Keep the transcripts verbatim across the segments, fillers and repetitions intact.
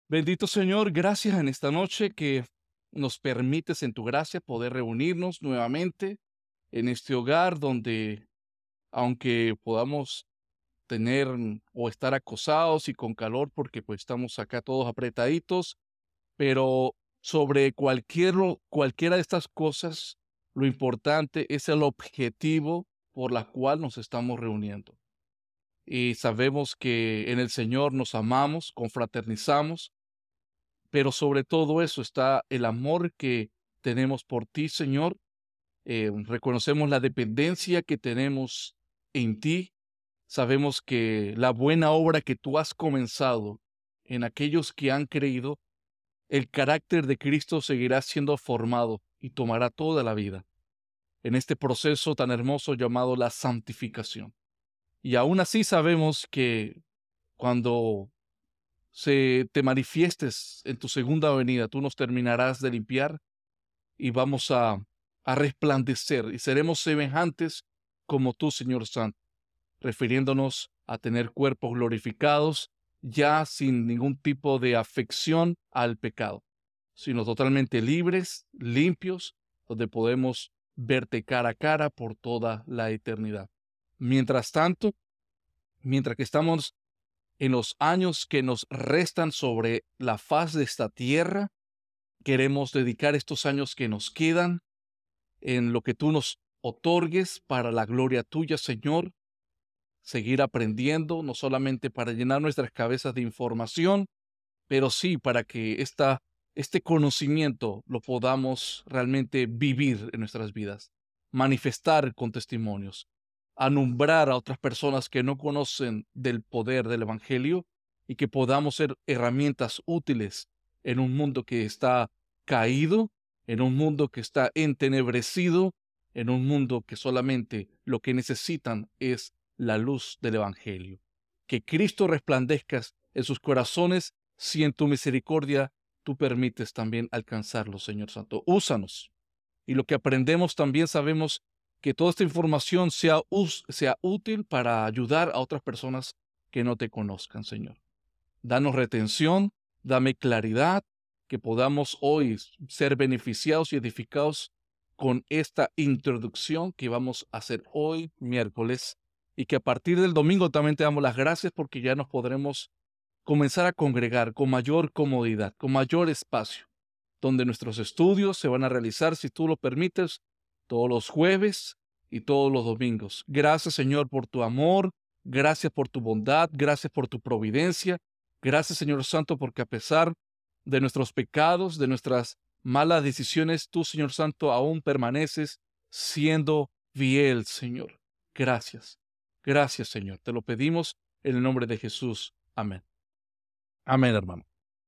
Bendito Señor, gracias en esta noche que nos permites en tu gracia poder reunirnos nuevamente en este hogar donde, aunque podamos tener mm, o estar acosados y con calor porque pues estamos acá todos apretaditos, pero sobre cualquier, cualquiera de estas cosas, lo importante es el objetivo por la cual nos estamos reuniendo. Y sabemos que en el Señor nos amamos, confraternizamos, pero sobre todo eso está el amor que tenemos por ti, Señor. Eh, reconocemos la dependencia que tenemos en ti. Sabemos que la buena obra que tú has comenzado en aquellos que han creído, el carácter de Cristo seguirá siendo formado y tomará toda la vida en este proceso tan hermoso llamado la santificación. Y aún así sabemos que cuando se te manifiestes en tu segunda venida, tú nos terminarás de limpiar y vamos a, a resplandecer y seremos semejantes como tú, Señor Santo, refiriéndonos a tener cuerpos glorificados, ya sin ningún tipo de afección al pecado, sino totalmente libres, limpios, donde podemos verte cara a cara por toda la eternidad. Mientras tanto, mientras que estamos en los años que nos restan sobre la faz de esta tierra, queremos dedicar estos años que nos quedan en lo que tú nos otorgues para la gloria tuya, Señor. Seguir aprendiendo, no solamente para llenar nuestras cabezas de información, pero sí para que esta, este conocimiento lo podamos realmente vivir en nuestras vidas, manifestar con testimonios, anumbrar a otras personas que no conocen del poder del Evangelio y que podamos ser herramientas útiles en un mundo que está caído, en un mundo que está entenebrecido, en un mundo que solamente lo que necesitan es la luz del Evangelio. Que Cristo resplandezca en sus corazones si en tu misericordia tú permites también alcanzarlo, Señor Santo. Úsanos. Y lo que aprendemos también sabemos que toda esta información sea, sea útil para ayudar a otras personas que no te conozcan, Señor. Danos retención, dame claridad, que podamos hoy ser beneficiados y edificados con esta introducción que vamos a hacer hoy, miércoles, y que a partir del domingo también te damos las gracias porque ya nos podremos comenzar a congregar con mayor comodidad, con mayor espacio, donde nuestros estudios se van a realizar, si tú lo permites, todos los jueves y todos los domingos. Gracias, Señor, por tu amor, gracias por tu bondad, gracias por tu providencia, gracias, Señor Santo, porque a pesar de nuestros pecados, de nuestras malas decisiones, tú, Señor Santo, aún permaneces siendo fiel, Señor. Gracias. Gracias, Señor. Te lo pedimos en el nombre de Jesús. Amén. Amén, hermano.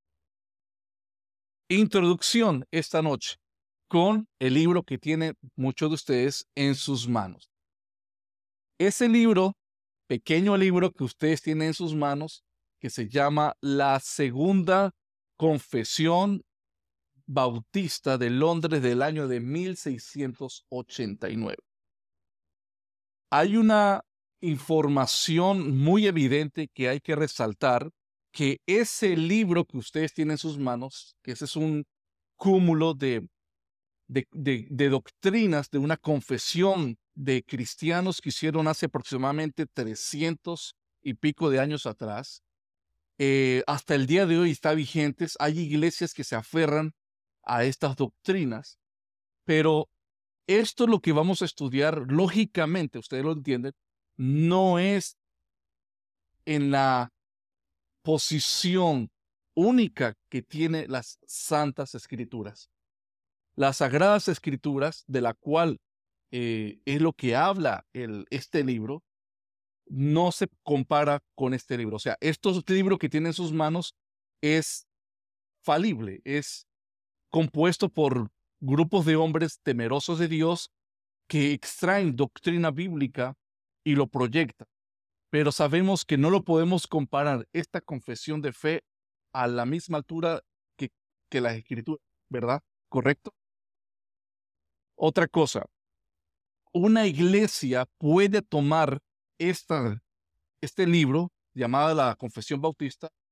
Introducción esta noche con el libro que tienen muchos de ustedes en sus manos. Ese libro, pequeño libro que ustedes tienen en sus manos, que se llama La Segunda Confesión Bautista de Londres del año de mil seiscientos ochenta y nueve. Hay una información muy evidente que hay que resaltar, que ese libro que ustedes tienen en sus manos, que ese es un cúmulo de, de, de, de doctrinas, de una confesión de cristianos que hicieron hace aproximadamente trescientos y pico de años atrás, eh, hasta el día de hoy está vigentes. Hay iglesias que se aferran a estas doctrinas, pero esto es lo que vamos a estudiar lógicamente, ustedes lo entienden, no es en la posición única que tiene las Santas Escrituras. Las Sagradas Escrituras, de la cual eh, es lo que habla el, este libro, no se compara con este libro. O sea, este libro que tiene en sus manos es falible, es compuesto por grupos de hombres temerosos de Dios que extraen doctrina bíblica y lo proyectan. Pero sabemos que no lo podemos comparar esta confesión de fe a la misma altura que, que la Escritura, ¿verdad? ¿Correcto? Otra cosa, una iglesia puede tomar esta, este libro llamado la Confesión Bautista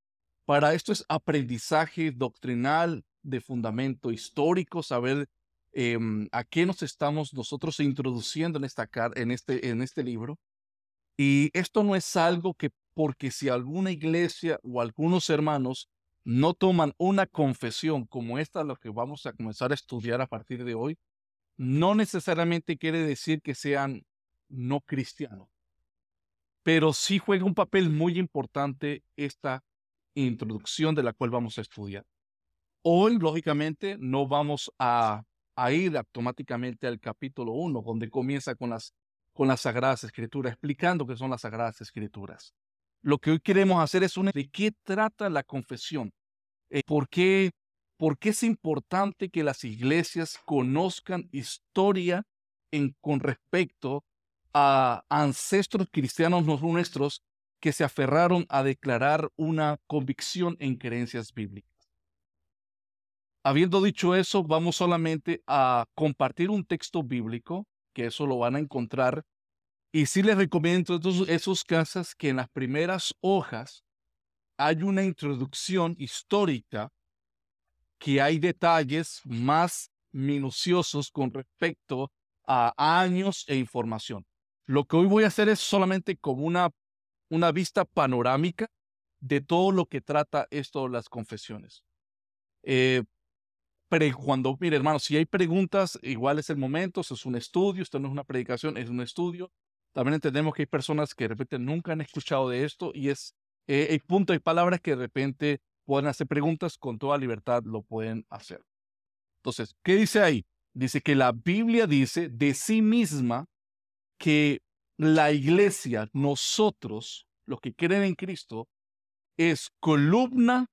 Para esto es aprendizaje doctrinal de fundamento histórico, saber em, a qué nos estamos nosotros introduciendo en, esta, car- en, este, en este libro. Y esto no es algo que porque si alguna iglesia o algunos hermanos no toman una confesión como esta, lo que vamos a comenzar a estudiar a partir de hoy, no necesariamente quiere decir que sean no cristianos, pero sí juega un papel muy importante esta introducción de la cual vamos a estudiar. Hoy, lógicamente, no vamos a, a ir automáticamente al capítulo uno, donde comienza con las, con las Sagradas Escrituras, explicando qué son las Sagradas Escrituras. Lo que hoy queremos hacer es una de qué trata la confesión. Eh, ¿por qué, por qué es importante que las iglesias conozcan historia en, con respecto a ancestros cristianos no nuestros que se aferraron a declarar una convicción en creencias bíblicas? Habiendo dicho eso, vamos solamente a compartir un texto bíblico, que eso lo van a encontrar. Y sí les recomiendo esos, esos casos que en las primeras hojas hay una introducción histórica, que hay detalles más minuciosos con respecto a años e información. Lo que hoy voy a hacer es solamente como una, una vista panorámica de todo lo que trata esto, las confesiones. Eh, Pero cuando, mire, hermano, si hay preguntas, igual es el momento, eso es un estudio, esto no es una predicación, es un estudio. También entendemos que hay personas que de repente nunca han escuchado de esto y es, eh, hay puntos, hay palabras que de repente pueden hacer preguntas, con toda libertad lo pueden hacer. Entonces, ¿qué dice ahí? Dice que la Biblia dice de sí misma que la iglesia, nosotros, los que creen en Cristo, es columna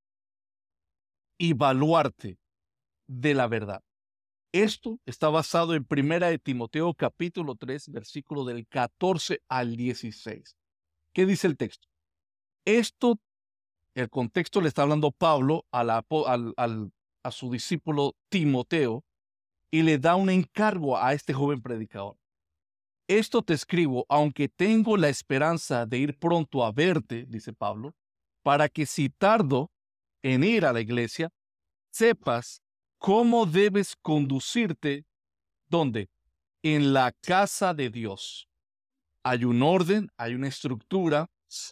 y baluarte de la verdad. Esto está basado en Primera de Timoteo capítulo tres, versículo del catorce al dieciséis. ¿Qué dice el texto? Esto, el contexto le está hablando Pablo a, la, al, al, a su discípulo Timoteo y le da un encargo a este joven predicador. Esto te escribo, aunque tengo la esperanza de ir pronto a verte, dice Pablo, para que si tardo en ir a la iglesia, sepas cómo debes conducirte. ¿Dónde? En la casa de Dios. Hay un orden, hay una estructura.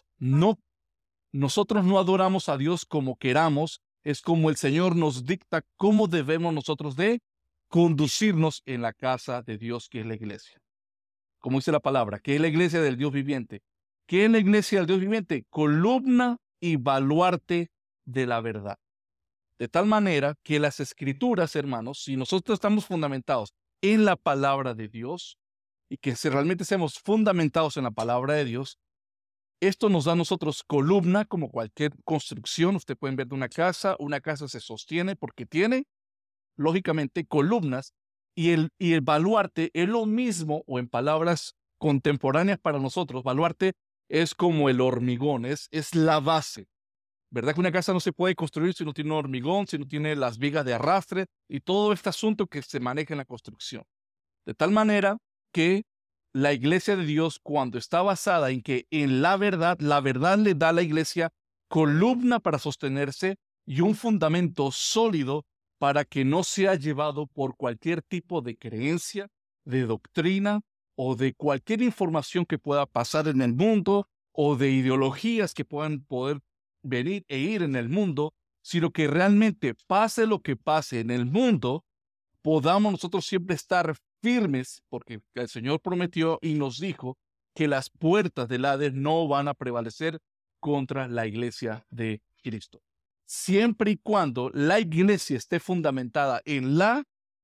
No, nosotros no adoramos a Dios como queramos, es como el Señor nos dicta cómo debemos nosotros de conducirnos en la casa de Dios, que es la iglesia. Como dice la palabra, que es la iglesia del Dios viviente. ¿Qué es la iglesia del Dios viviente? Columna y baluarte de la verdad. De tal manera que las escrituras, hermanos, si nosotros estamos fundamentados en la palabra de Dios y que si realmente seamos fundamentados en la palabra de Dios, esto nos da a nosotros columna, como cualquier construcción. Ustedes pueden ver de una casa, una casa se sostiene porque tiene, lógicamente, columnas, y el, y el baluarte es lo mismo, o en palabras contemporáneas para nosotros, baluarte es como el hormigón, es, es la base. ¿Verdad que una casa no se puede construir si no tiene un hormigón, si no tiene las vigas de arrastre y todo este asunto que se maneja en la construcción? De tal manera que la iglesia de Dios, cuando está basada en que en la verdad, la verdad le da a la iglesia columna para sostenerse y un fundamento sólido para que no sea llevado por cualquier tipo de creencia, de doctrina o de cualquier información que pueda pasar en el mundo o de ideologías que puedan poder venir e ir en el mundo, sino que realmente pase lo que pase en el mundo, podamos nosotros siempre estar firmes, porque el Señor prometió y nos dijo que las puertas del Hades no van a prevalecer contra la iglesia de Cristo. Siempre y cuando la iglesia esté fundamentada en la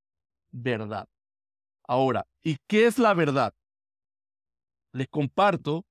verdad. Ahora, ¿y qué es la verdad? Les comparto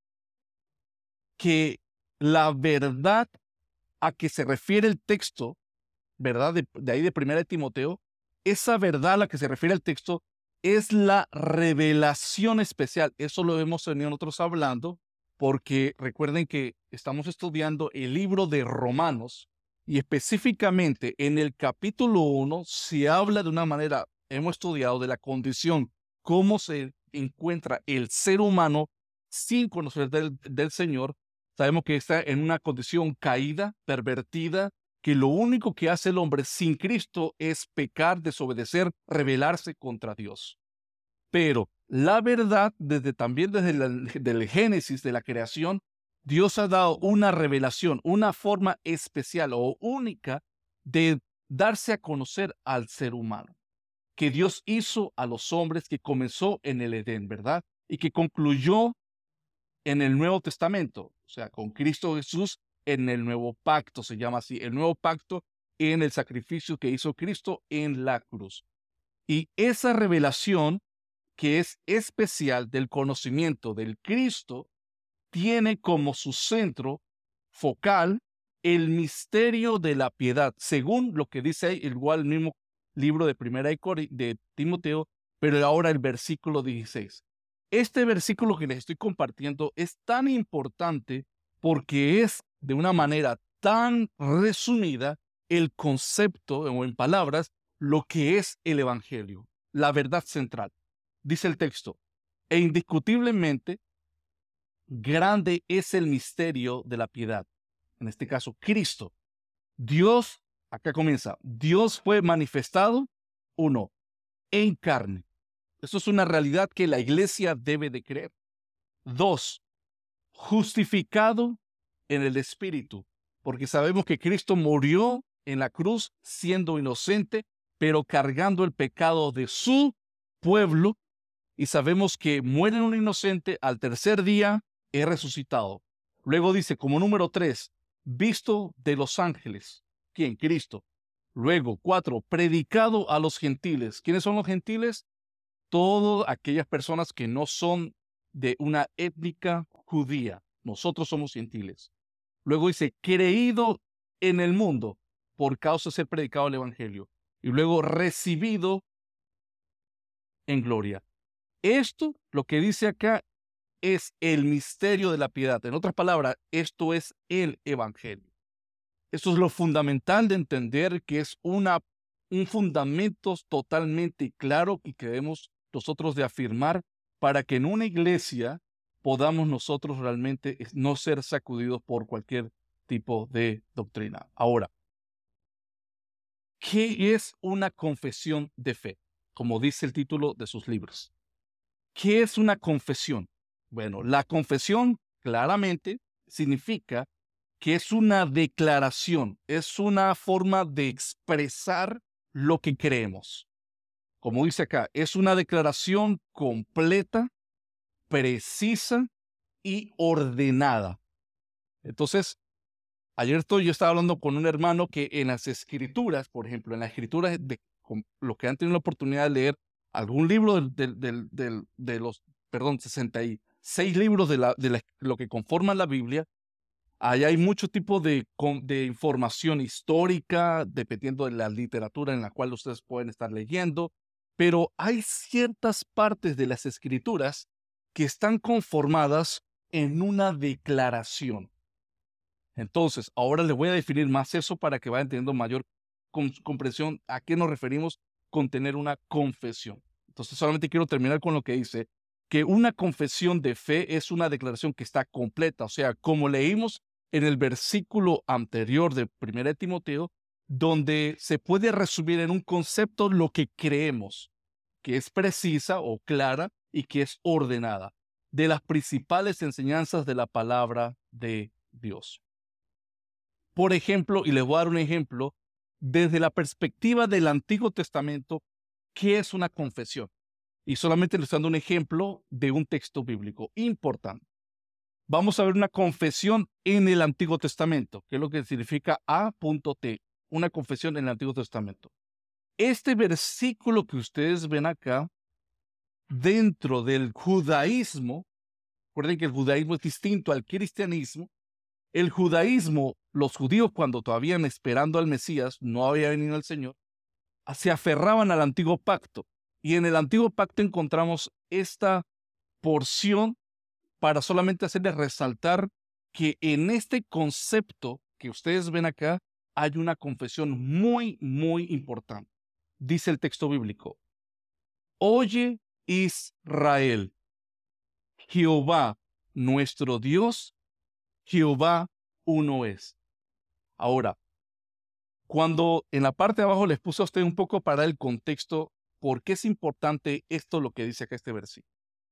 que la verdad a que se refiere el texto, ¿verdad? De, de ahí de Primera de Timoteo, esa verdad a la que se refiere el texto es la revelación especial. Eso lo hemos tenido nosotros hablando, porque recuerden que estamos estudiando el libro de Romanos y específicamente en el capítulo uno se habla de una manera, hemos estudiado de la condición, cómo se encuentra el ser humano sin conocer del, del Señor, Sabemos que está en una condición caída, pervertida, que lo único que hace el hombre sin Cristo es pecar, desobedecer, rebelarse contra Dios. Pero la verdad, desde también desde el del Génesis de la creación, Dios ha dado una revelación, una forma especial o única de darse a conocer al ser humano, que Dios hizo a los hombres, que comenzó en el Edén, ¿verdad? Y que concluyó en el Nuevo Testamento, o sea, con Cristo Jesús en el nuevo pacto, se llama así, el nuevo pacto en el sacrificio que hizo Cristo en la cruz. Y esa revelación que es especial del conocimiento del Cristo, tiene como su centro focal el misterio de la piedad, según lo que dice ahí, igual el mismo libro de Primera de, Cori- de Timoteo, pero ahora el versículo dieciséis. Este versículo que les estoy compartiendo es tan importante porque es de una manera tan resumida el concepto, o en palabras, lo que es el Evangelio, la verdad central. Dice el texto, e indiscutiblemente grande es el misterio de la piedad. En este caso, Cristo. Dios, acá comienza, Dios fue manifestado, uno, en carne. Eso es una realidad que la iglesia debe de creer. Dos, justificado en el Espíritu, porque sabemos que Cristo murió en la cruz siendo inocente, pero cargando el pecado de su pueblo, y sabemos que muere un inocente, al tercer día es resucitado. Luego dice, como número tres, visto de los ángeles. ¿Quién? Cristo. Luego, cuatro, predicado a los gentiles. ¿Quiénes son los gentiles? Todas aquellas personas que no son de una étnica judía. Nosotros somos gentiles. Luego dice, creído en el mundo por causa de ser predicado el evangelio. Y luego recibido en gloria. Esto, lo que dice acá, es el misterio de la piedad. En otras palabras, esto es el evangelio. Esto es lo fundamental de entender, que es una, un fundamento totalmente claro y que debemos nosotros de afirmar para que en una iglesia podamos nosotros realmente no ser sacudidos por cualquier tipo de doctrina. Ahora, ¿qué es una confesión de fe? Como dice el título de sus libros. ¿Qué es una confesión? Bueno, la confesión claramente significa que es una declaración, es una forma de expresar lo que creemos. Como dice acá, es una declaración completa, precisa y ordenada. Entonces, ayer estoy, yo estaba hablando con un hermano que en las escrituras, por ejemplo, en las escrituras de con los que han tenido la oportunidad de leer algún libro del, del, del, del, de los, perdón, sesenta y seis libros de, la, de la, lo que conforman la Biblia, ahí hay mucho tipo de, de información histórica, dependiendo de la literatura en la cual ustedes pueden estar leyendo, pero hay ciertas partes de las escrituras que están conformadas en una declaración. Entonces, ahora les voy a definir más eso para que vayan teniendo mayor comprensión a qué nos referimos con tener una confesión. Entonces, solamente quiero terminar con lo que dice, que una confesión de fe es una declaración que está completa. O sea, como leímos en el versículo anterior de primera de Timoteo, donde se puede resumir en un concepto lo que creemos, que es precisa o clara y que es ordenada, de las principales enseñanzas de la palabra de Dios. Por ejemplo, y les voy a dar un ejemplo, desde la perspectiva del Antiguo Testamento, ¿qué es una confesión? Y solamente les estoy dando un ejemplo de un texto bíblico importante. Vamos a ver una confesión en el Antiguo Testamento, que es lo que significa A T, una confesión en el Antiguo Testamento. Este versículo que ustedes ven acá, dentro del judaísmo, recuerden que el judaísmo es distinto al cristianismo. El judaísmo, los judíos, cuando todavía esperando al Mesías, no había venido el Señor, se aferraban al antiguo pacto. Y en el antiguo pacto encontramos esta porción para solamente hacerles resaltar que en este concepto que ustedes ven acá hay una confesión muy, muy importante. Dice el texto bíblico: Oye, Israel, Jehová, nuestro Dios, Jehová uno es. Ahora, cuando en la parte de abajo les puse a usted un poco para el contexto, ¿por qué es importante esto lo que dice acá este versículo?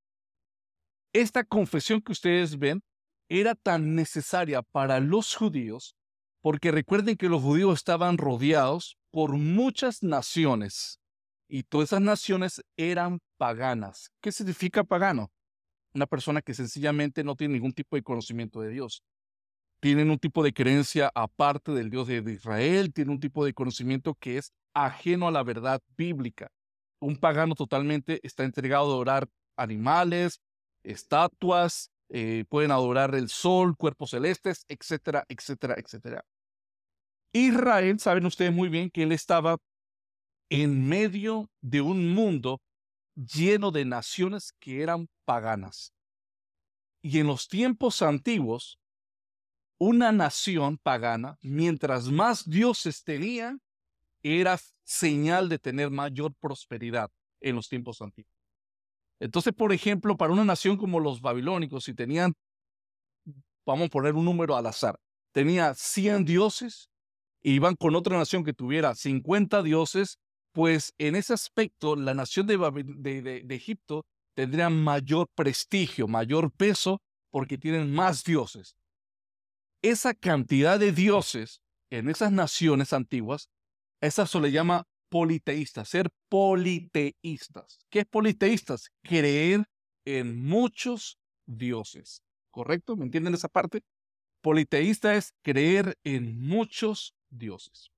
Esta confesión que ustedes ven era tan necesaria para los judíos, porque recuerden que los judíos estaban rodeados por muchas naciones, y todas esas naciones eran paganas. ¿Qué significa pagano? Una persona que sencillamente no tiene ningún tipo de conocimiento de Dios. Tienen un tipo de creencia aparte del Dios de de Israel, tienen un tipo de conocimiento que es ajeno a la verdad bíblica. Un pagano totalmente está entregado a adorar animales, estatuas, eh, pueden adorar el sol, cuerpos celestes, etcétera, etcétera, etcétera. Israel, saben ustedes muy bien que él estaba en medio de un mundo lleno de naciones que eran paganas. Y en los tiempos antiguos, una nación pagana, mientras más dioses tenía, era señal de tener mayor prosperidad en los tiempos antiguos. Entonces, por ejemplo, para una nación como los babilónicos, si tenían, vamos a poner un número al azar, tenía cien dioses y iban con otra nación que tuviera cincuenta dioses, pues en ese aspecto la nación de, Babil- de, de- de Egipto tendría mayor prestigio, mayor peso, porque tienen más dioses. Esa cantidad de dioses en esas naciones antiguas, esa se le llama politeístas, ser politeístas. ¿Qué es politeístas? Creer en muchos dioses. ¿Correcto? ¿Me entienden esa parte? Politeísta es creer en muchos dioses.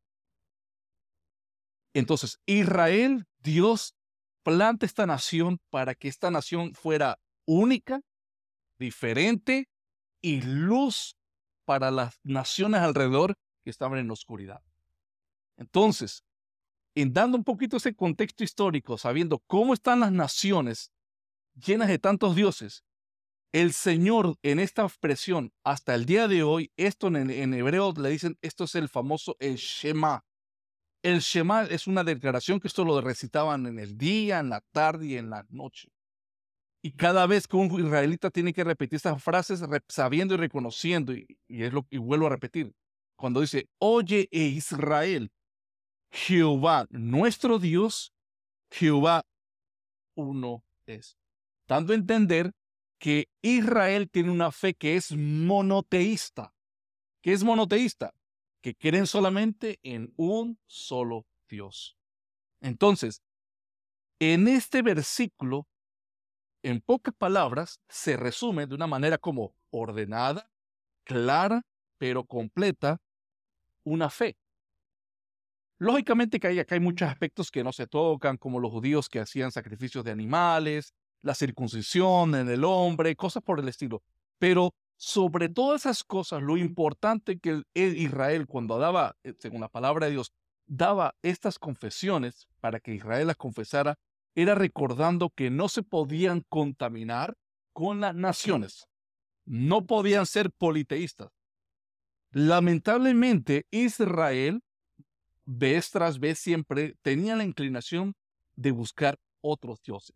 Entonces, Israel, Dios planta esta nación para que esta nación fuera única, diferente y luz para las naciones alrededor que estaban en la oscuridad. Entonces, en dando un poquito ese contexto histórico, sabiendo cómo están las naciones llenas de tantos dioses, el Señor en esta expresión, hasta el día de hoy, esto en, en hebreo le dicen, esto es el famoso el Shema. El Shema es una declaración que esto lo recitaban en el día, en la tarde y en la noche. Y cada vez que un israelita tiene que repetir estas frases, sabiendo y reconociendo, y, y es lo que vuelvo a repetir, cuando dice, oye e Israel, Jehová nuestro Dios, Jehová uno es. Dando a entender que Israel tiene una fe que es monoteísta. ¿Qué es monoteísta? Que creen solamente en un solo Dios. Entonces, en este versículo, en pocas palabras, se resume de una manera como ordenada, clara, pero completa, una fe. Lógicamente que hay, acá hay muchos aspectos que no se tocan, como los judíos que hacían sacrificios de animales, la circuncisión en el hombre, cosas por el estilo. Pero sobre todas esas cosas, lo importante que el, el Israel, cuando daba, eh, según la palabra de Dios, daba estas confesiones para que Israel las confesara, era recordando que no se podían contaminar con las naciones. No podían ser politeístas. Lamentablemente, Israel vez tras vez siempre tenía la inclinación de buscar otros dioses.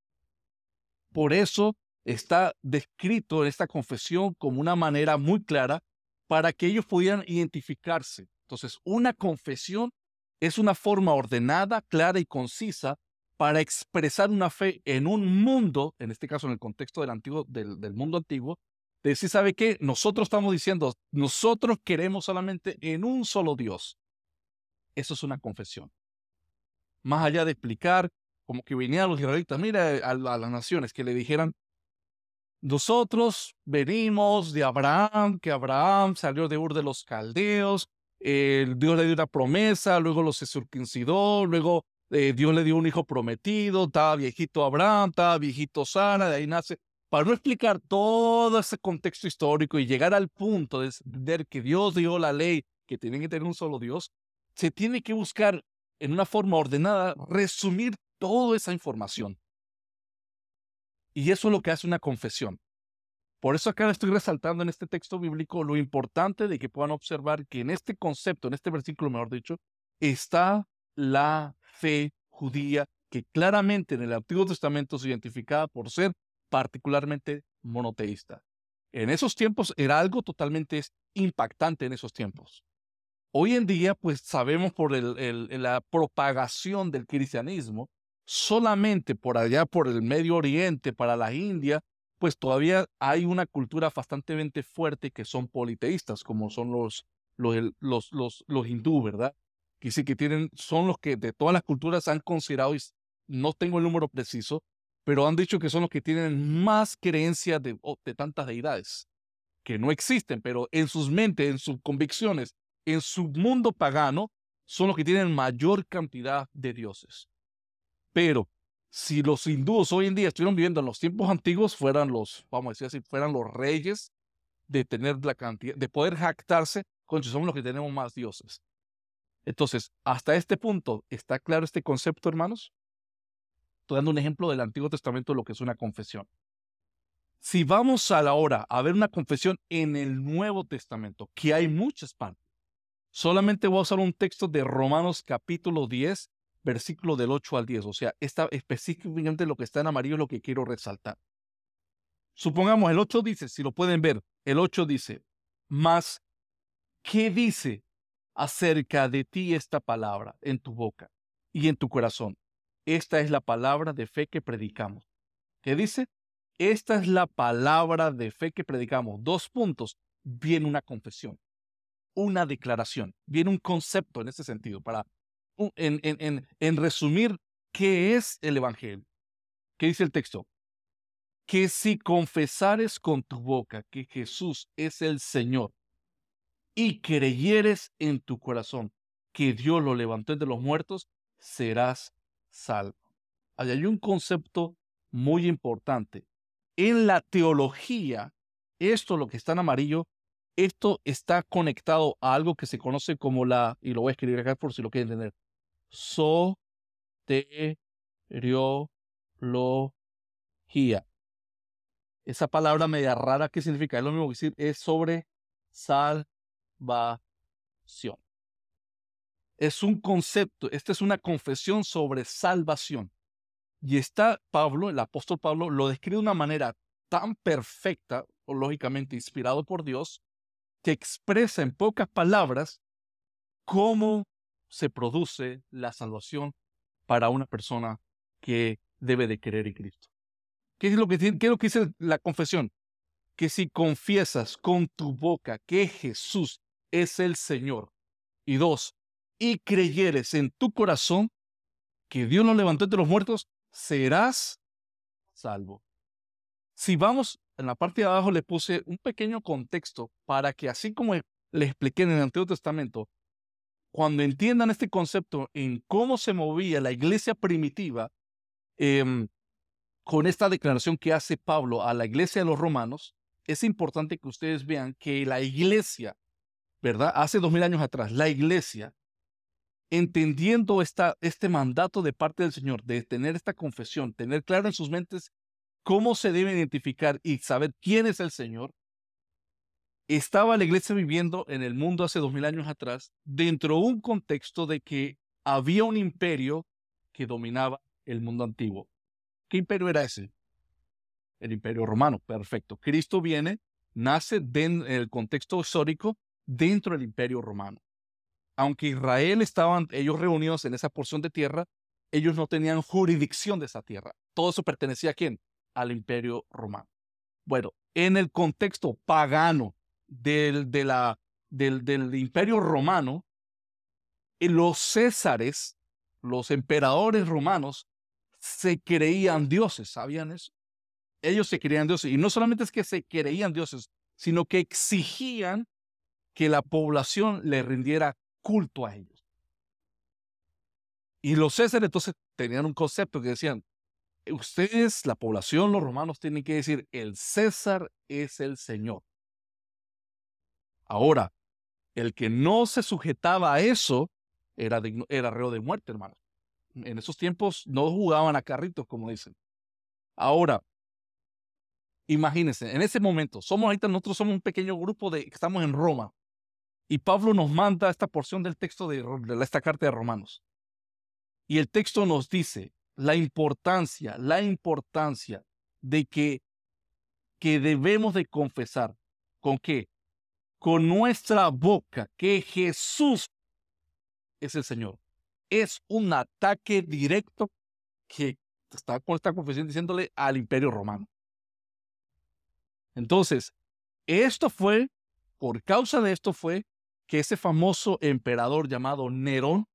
Por eso está descrito en esta confesión como una manera muy clara para que ellos pudieran identificarse. Entonces, una confesión es una forma ordenada, clara y concisa para expresar una fe en un mundo, en este caso en el contexto del, antiguo, del, del mundo antiguo, de decir, ¿sabe qué? Nosotros estamos diciendo, nosotros queremos solamente en un solo Dios. Eso es una confesión. Más allá de explicar, como que vinieran los israelitas, mira a, a las naciones, que le dijeran, nosotros venimos de Abraham, que Abraham salió de Ur de los Caldeos, eh, Dios le dio una promesa, luego los circuncidó, luego eh, Dios le dio un hijo prometido, estaba viejito Abraham, estaba viejito Sara, de ahí nace. Para no explicar todo ese contexto histórico y llegar al punto de entender que Dios dio la ley, que tienen que tener un solo Dios, se tiene que buscar en una forma ordenada resumir toda esa información. Y eso es lo que hace una confesión. Por eso acá estoy resaltando en este texto bíblico lo importante de que puedan observar que en este concepto, en este versículo, mejor dicho, está la fe judía que claramente en el Antiguo Testamento se identificaba por ser particularmente monoteísta. En esos tiempos era algo totalmente impactante en esos tiempos. Hoy en día, pues sabemos por el, el- la propagación del cristianismo, solamente por allá, por el Medio Oriente, para la India, pues todavía hay una cultura bastante fuerte que son politeístas, como son los, los, el- los, los, los hindú, ¿verdad? Que sí que tienen, son los que de todas las culturas han considerado, y s- no tengo el número preciso, pero han dicho que son los que tienen más creencias de, o- de tantas deidades que no existen, pero en sus mentes, en sus convicciones, en su mundo pagano, son los que tienen mayor cantidad de dioses. Pero si los hindúes hoy en día estuvieran viviendo en los tiempos antiguos, fueran los, vamos a decir así, fueran los reyes de tener la cantidad, de poder jactarse con si somos los que tenemos más dioses. Entonces, hasta este punto, ¿está claro este concepto, hermanos? Estoy dando un ejemplo del Antiguo Testamento de lo que es una confesión. Si vamos a la hora a ver una confesión en el Nuevo Testamento, que hay muchas partes, solamente voy a usar un texto de Romanos capítulo diez, versículo del ocho al diez. O sea, está específicamente lo que está en amarillo es lo que quiero resaltar. Supongamos el ocho dice, si lo pueden ver, el ocho dice, mas, ¿qué dice acerca de ti esta palabra en tu boca y en tu corazón? Esta es la palabra de fe que predicamos. ¿Qué dice? Esta es la palabra de fe que predicamos. Dos puntos. Viene una confesión, una declaración, viene un concepto en ese sentido, para un- en, en, en, en resumir qué es el Evangelio. ¿Qué dice el texto? Que si confesares con tu boca que Jesús es el Señor y creyeres en tu corazón que Dios lo levantó de los muertos, serás salvo. Ahí hay un concepto muy importante. En la teología, esto, lo que está en amarillo, esto está conectado a algo que se conoce como la, y lo voy a escribir acá por si lo quieren entender, soteriología. Esa palabra media rara, ¿qué significa? Es lo mismo que decir, es sobre salvación. Es un concepto, esta es una confesión sobre salvación. Y está Pablo, el apóstol Pablo, lo describe de una manera tan perfecta, o lógicamente inspirado por Dios, que expresa en pocas palabras cómo se produce la salvación para una persona que debe de creer en Cristo. ¿Qué es lo que, tiene- qué es lo que dice la confesión? Que si confiesas con tu boca que Jesús es el Señor, y dos, y creyeres en tu corazón que Dios lo levantó entre los muertos, serás salvo. Si vamos, en la parte de abajo le puse un pequeño contexto para que así como le expliqué en el Antiguo Testamento, cuando entiendan este concepto en cómo se movía la iglesia primitiva, em, con esta declaración que hace Pablo a la iglesia de los romanos, es importante que ustedes vean que la iglesia, ¿verdad? Hace dos mil años atrás, la iglesia, entendiendo esta, este mandato de parte del Señor de tener esta confesión, tener claro en sus mentes cómo se debe identificar y saber quién es el Señor, estaba la iglesia viviendo en el mundo hace dos mil años atrás dentro de un contexto de que había un imperio que dominaba el mundo antiguo. ¿Qué imperio era ese? El imperio romano. Perfecto. Cristo viene, nace en el contexto histórico dentro del imperio romano. Aunque Israel estaban ellos reunidos en esa porción de tierra, ellos no tenían jurisdicción de esa tierra. Todo eso pertenecía a quién? Al imperio romano. Bueno, en el contexto pagano del, de la, del, del imperio romano, eh, los césares, los emperadores romanos, se creían dioses, ¿sabían eso? Ellos se creían dioses. Y no solamente es que se creían dioses, sino que exigían que la población le rindiera culto a ellos. Y los césares entonces tenían un concepto que decían, ustedes, la población, los romanos, tienen que decir, el César es el Señor. Ahora, el que no se sujetaba a eso era, digno, era reo de muerte, hermano. En esos tiempos no jugaban a carritos, como dicen. Ahora, imagínense, en ese momento, somos ahorita, nosotros somos un pequeño grupo de, estamos en Roma, y Pablo nos manda esta porción del texto de, de esta carta de Romanos. Y el texto nos dice la importancia, la importancia de que que debemos de confesar. ¿Con qué? Con nuestra boca que Jesús es el Señor. Es un ataque directo que está con esta confesión diciéndole al Imperio Romano. Entonces, esto fue, por causa de esto fue que ese famoso emperador llamado Nerón,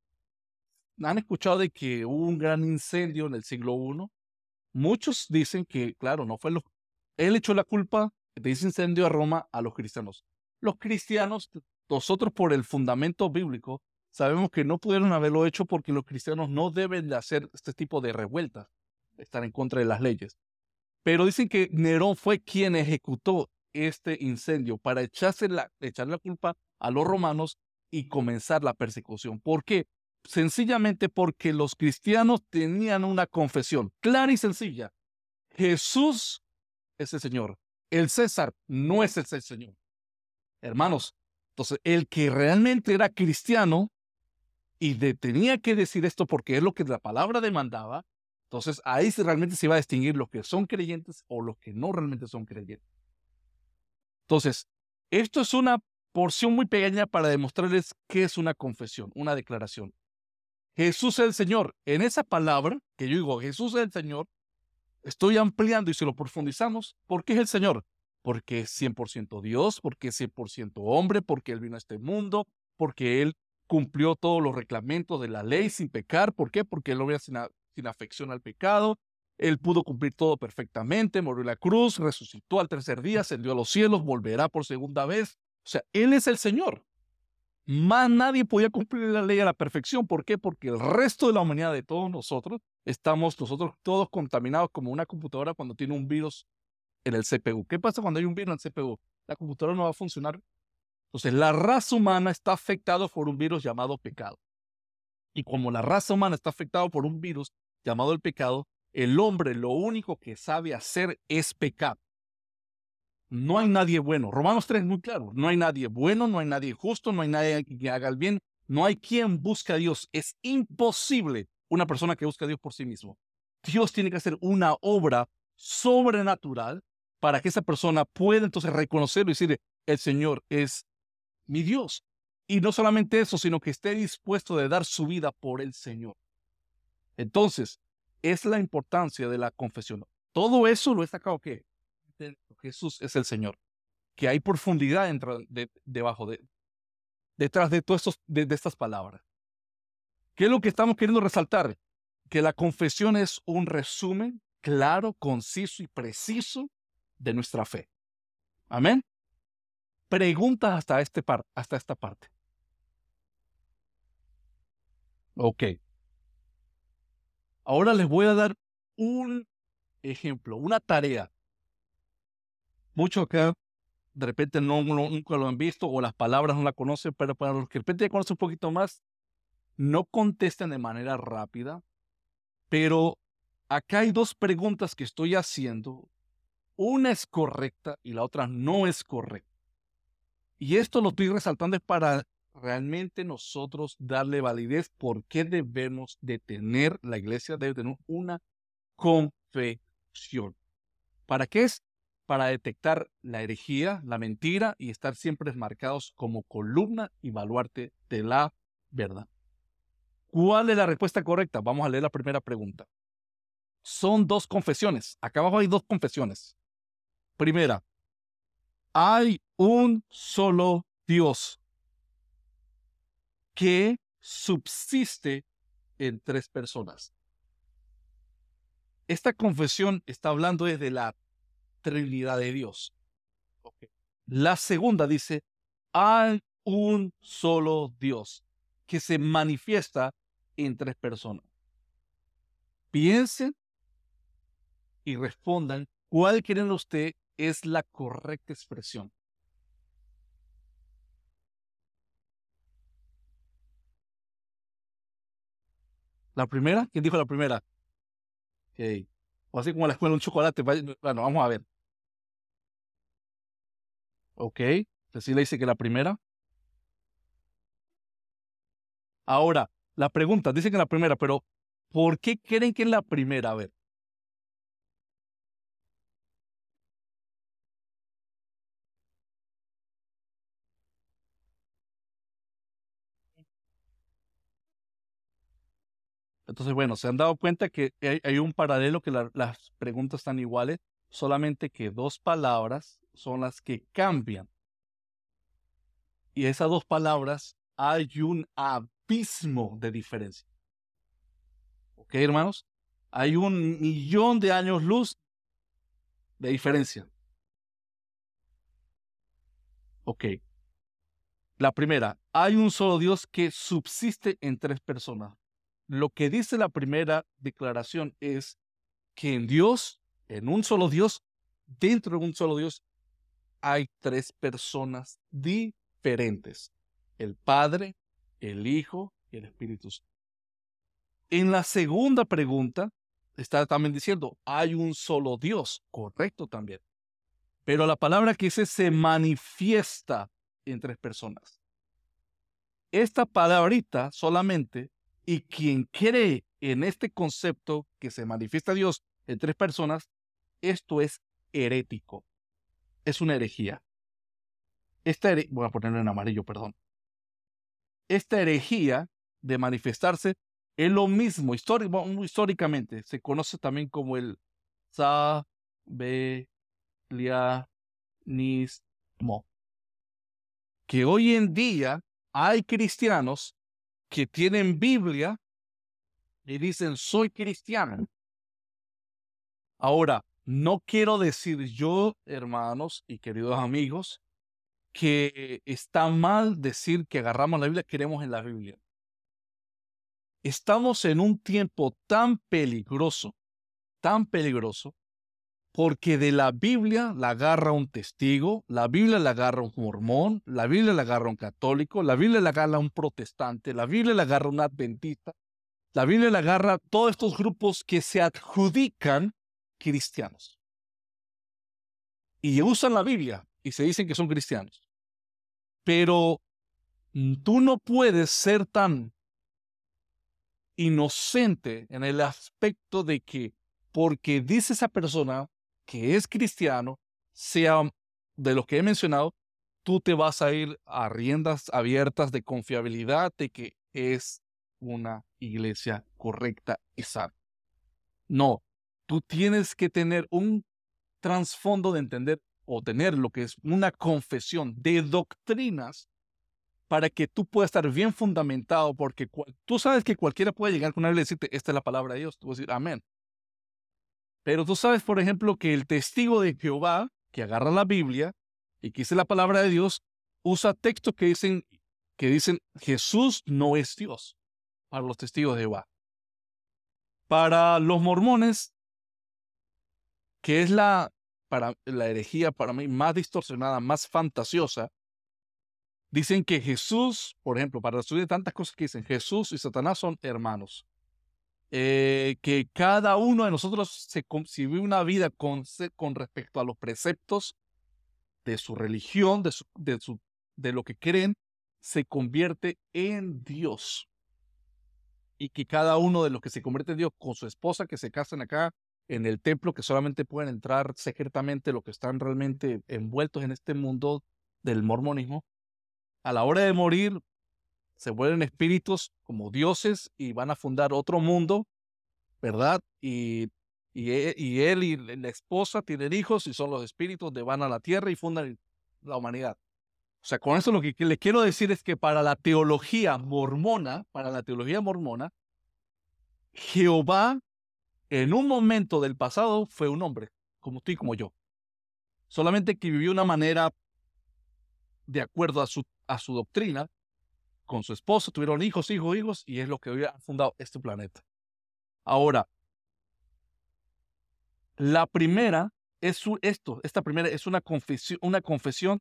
han escuchado de que hubo un gran incendio en el siglo primero. Muchos dicen que, claro, no fue lo, él echó la culpa de ese incendio a Roma a los cristianos. Los cristianos, nosotros por el fundamento bíblico, sabemos que no pudieron haberlo hecho porque los cristianos no deben de hacer este tipo de revueltas, estar en contra de las leyes. Pero dicen que Nerón fue quien ejecutó este incendio para echarse la, echarle la culpa a los romanos y comenzar la persecución. ¿Por qué? Sencillamente porque los cristianos tenían una confesión clara y sencilla. Jesús es el Señor. El César no es el Señor. Hermanos, entonces el que realmente era cristiano y de, tenía que decir esto porque es lo que la palabra demandaba, entonces ahí realmente se iba a distinguir los que son creyentes o los que no realmente son creyentes. Entonces, esto es una porción muy pequeña para demostrarles qué es una confesión, una declaración. Jesús es el Señor. En esa palabra que yo digo, Jesús es el Señor, estoy ampliando y si lo profundizamos, ¿por qué es el Señor? Porque es cien por ciento Dios, porque es cien por ciento hombre, porque Él vino a este mundo, porque Él cumplió todos los reglamentos de la ley sin pecar. ¿Por qué? Porque Él lo veía sin, sin afección al pecado. Él pudo cumplir todo perfectamente, murió en la cruz, resucitó al tercer día, ascendió a los cielos, volverá por segunda vez. O sea, Él es el Señor. Más nadie podía cumplir la ley a la perfección. ¿Por qué? Porque el resto de la humanidad, de todos nosotros, estamos nosotros todos contaminados como una computadora cuando tiene un virus en el C P U. ¿Qué pasa cuando hay un virus en el C P U? La computadora no va a funcionar. Entonces, la raza humana está afectada por un virus llamado pecado. Y como la raza humana está afectada por un virus llamado el pecado, el hombre lo único que sabe hacer es pecar. No hay nadie bueno. Romanos tres es muy claro. No hay nadie bueno, no hay nadie justo, no hay nadie que haga el bien. No hay quien busque a Dios. Es imposible una persona que busca a Dios por sí mismo. Dios tiene que hacer una obra sobrenatural para que esa persona pueda entonces reconocerlo y decir, el Señor es mi Dios. Y no solamente eso, sino que esté dispuesto de dar su vida por el Señor. Entonces, es la importancia de la confesión. Todo eso lo he sacado, ¿qué? Jesús es el Señor, que hay profundidad entre, de, debajo de, detrás de todas de, de estas palabras. ¿Qué es lo que estamos queriendo resaltar? Que la confesión es un resumen claro, conciso y preciso de nuestra fe. Amén. Preguntas hasta, este par, hasta esta parte. Ok. Ahora les voy a dar un ejemplo, una tarea. Muchos acá de repente no, no, nunca lo han visto o las palabras no la conocen, pero para los que de repente ya conocen un poquito más, no contesten de manera rápida, pero acá hay dos preguntas que estoy haciendo. Una es correcta y la otra no es correcta. Y esto lo estoy resaltando es para realmente nosotros darle validez por qué debemos de tener, la iglesia debe tener una confesión. ¿Para qué es? Para detectar la herejía, la mentira y estar siempre marcados como columna y baluarte de la verdad. ¿Cuál es la respuesta correcta? Vamos a leer la primera pregunta. Son dos confesiones. Acá abajo hay dos confesiones. Primera, hay un solo Dios que subsiste en tres personas. Esta confesión está hablando desde la Trinidad de Dios. Okay. La segunda dice, hay un solo Dios que se manifiesta en tres personas. Piensen y respondan cuál creen usted es la correcta expresión. ¿La primera? ¿Quién dijo la primera? Okay. O así como la escuela un chocolate. Bueno, vamos a ver. Ok. Cecilia dice que la primera. Ahora, la pregunta, dice que la primera, pero ¿por qué creen que es la primera? A ver. Entonces, bueno, se han dado cuenta que hay, hay un paralelo, que la- las preguntas están iguales, solamente que dos palabras son las que cambian. Y esas dos palabras hay un abismo de diferencia. ¿Ok, hermanos? Hay un millón de años luz de diferencia. Ok. La primera, hay un solo Dios que subsiste en tres personas. Lo que dice la primera declaración es que en Dios, en un solo Dios, dentro de un solo Dios, hay tres personas diferentes: el Padre, el Hijo y el Espíritu Santo. En la segunda pregunta, está también diciendo, hay un solo Dios, correcto también. Pero la palabra que dice se manifiesta en tres personas. Esta palabrita solamente, y quien cree en este concepto que se manifiesta Dios en tres personas, esto es herético, es una herejía. Esta here- voy a ponerlo en amarillo, perdón. Esta herejía de manifestarse es lo mismo, históric- bueno, históricamente, se conoce también como el sabelianismo, que hoy en día hay cristianos que tienen Biblia y dicen, soy cristiano. Ahora, no quiero decir yo, hermanos y queridos amigos, que está mal decir que agarramos la Biblia, queremos en la Biblia. Estamos en un tiempo tan peligroso, tan peligroso, porque de la Biblia la agarra un testigo, la Biblia la agarra un mormón, la Biblia la agarra un católico, la Biblia la agarra un protestante, la Biblia la agarra un adventista, la Biblia la agarra todos estos grupos que se adjudican cristianos. Y usan la Biblia y se dicen que son cristianos. Pero mm, tú no puedes ser tan inocente en el aspecto de que porque dice esa persona que es cristiano, sea de los que he mencionado, tú te vas a ir a riendas abiertas de confiabilidad de que es una iglesia correcta y sana. No, tú tienes que tener un trasfondo de entender o tener lo que es una confesión de doctrinas para que tú puedas estar bien fundamentado, porque tú sabes que cualquiera puede llegar con una Biblia y decirte, esta es la palabra de Dios, tú vas a decir, amén. Pero tú sabes, por ejemplo, que el testigo de Jehová, que agarra la Biblia y que dice la palabra de Dios, usa textos que dicen, que dicen, Jesús no es Dios, para los testigos de Jehová. Para los mormones, que es la, para, la herejía para mí más distorsionada, más fantasiosa, dicen que Jesús, por ejemplo, para estudiar tantas cosas que dicen, Jesús y Satanás son hermanos. Eh, que cada uno de nosotros se, si vive una vida con, con respecto a los preceptos de su religión, de, su, de, su, de lo que creen, se convierte en Dios. Y que cada uno de los que se convierte en Dios con su esposa, que se casan acá en el templo, que solamente pueden entrar secretamente los que están realmente envueltos en este mundo del mormonismo, a la hora de morir se vuelven espíritus como dioses y van a fundar otro mundo, ¿verdad? Y, y, e, y él y la esposa tienen hijos y son los espíritus de van a la tierra y fundan la humanidad. O sea, con eso lo que le quiero decir es que para la teología mormona, para la teología mormona, Jehová en un momento del pasado fue un hombre, como tú y como yo. Solamente que vivió de una manera de acuerdo a su, a su doctrina, con su esposo, tuvieron hijos, hijos, hijos, y es lo que hoy ha fundado este planeta. Ahora, la primera es su, esto, esta primera es una confesión, una confesión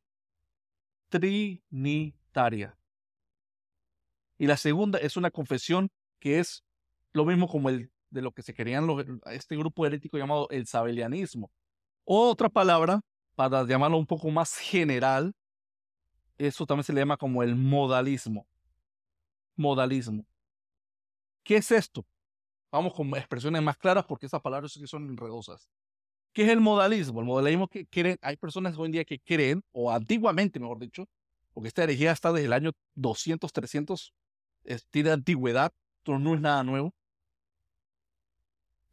trinitaria. Y la segunda es una confesión que es lo mismo como el de lo que se querían los, este grupo herético llamado el sabelianismo. Otra palabra, para llamarlo un poco más general, eso también se le llama como el modalismo. Modalismo. ¿Qué es esto? Vamos con expresiones más claras porque esas palabras sí que son enredosas. ¿Qué es el modalismo? El modalismo que creen, hay personas hoy en día que creen, o antiguamente mejor dicho, porque esta herejía está desde el año doscientos, trescientos, es, tiene antigüedad, esto no es nada nuevo,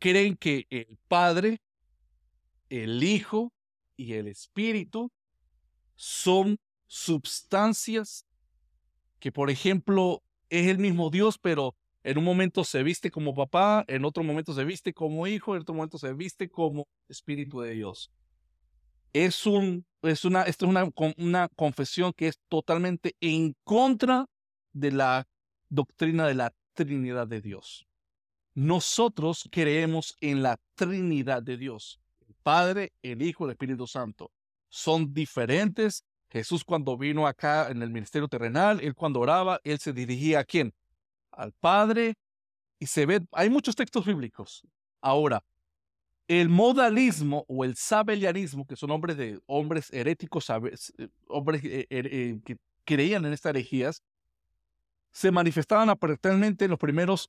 creen que el Padre, el Hijo y el Espíritu son substancias que, por ejemplo, es el mismo Dios, pero en un momento se viste como papá, en otro momento se viste como hijo, en otro momento se viste como Espíritu de Dios. Es un, es una, esto es una, una confesión que es totalmente en contra de la doctrina de la Trinidad de Dios. Nosotros creemos en la Trinidad de Dios. El Padre, el Hijo, el Espíritu Santo. Son diferentes. Jesús, cuando vino acá en el ministerio terrenal, él cuando oraba, él se dirigía ¿a quién? Al Padre. Y se ve, hay muchos textos bíblicos. Ahora, el modalismo o el sabelianismo, que son hombres de hombres heréticos, hombres eh, eh, que creían en estas herejías, se manifestaban aparentemente en los primeros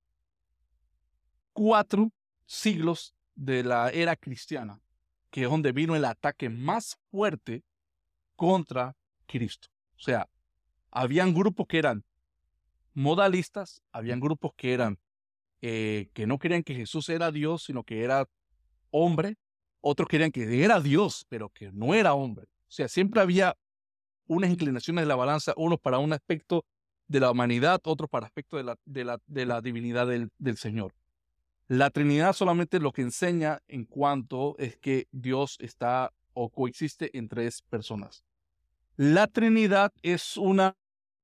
cuatro siglos de la era cristiana, que es donde vino el ataque más fuerte contra Cristo. O sea, habían grupos que eran modalistas, habían grupos que eran eh, que no creían que Jesús era Dios, sino que era hombre. Otros querían que era Dios, pero que no era hombre. O sea, siempre había unas inclinaciones de la balanza, unos para un aspecto de la humanidad, otros para aspecto de la, de la, de la divinidad del, del Señor. La Trinidad solamente lo que enseña en cuanto es que Dios está o coexiste en tres personas. La Trinidad es una,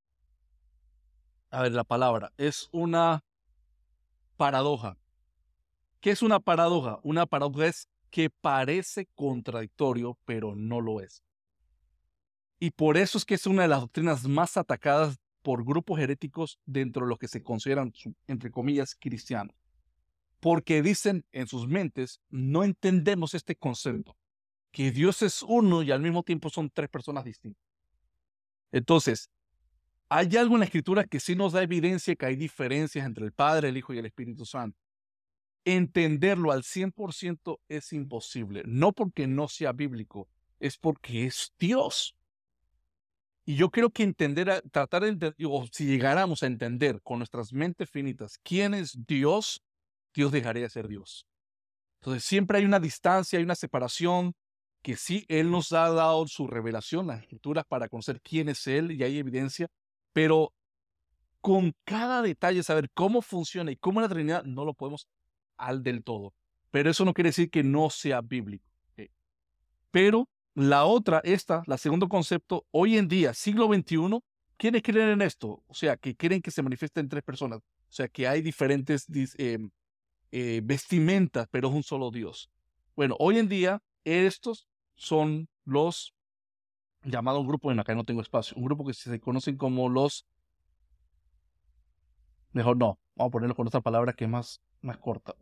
a ver, la palabra, es una paradoja. ¿Qué es una paradoja? Una paradoja es que parece contradictorio, pero no lo es. Y por eso es que es una de las doctrinas más atacadas por grupos heréticos dentro de los que se consideran, entre comillas, cristianos. Porque dicen en sus mentes, no entendemos este concepto, que Dios es uno y al mismo tiempo son tres personas distintas. Entonces, hay algo en la Escritura que sí nos da evidencia que hay diferencias entre el Padre, el Hijo y el Espíritu Santo. Entenderlo al cien por ciento es imposible, no porque no sea bíblico, es porque es Dios. Y yo creo que entender, tratar de entender, o si llegáramos a entender con nuestras mentes finitas quién es Dios, Dios dejaría de ser Dios. Entonces siempre hay una distancia, hay una separación, que sí, Él nos ha dado su revelación, las Escrituras, para conocer quién es Él y hay evidencia, pero con cada detalle, saber cómo funciona y cómo es la Trinidad, no lo podemos al del todo. Pero eso no quiere decir que no sea bíblico. ¿Okay? Pero la otra, esta, la segundo concepto, hoy en día, siglo veintiuno, ¿quiénes creen en esto? O sea, que creen que se manifiesten tres personas. O sea, que hay diferentes eh, eh, vestimentas, pero es un solo Dios. Bueno, hoy en día, estos son los llamados grupos, en acá no tengo espacio, un grupo que se conocen como los, mejor no, vamos a ponerlo con otra palabra que es más, más corta,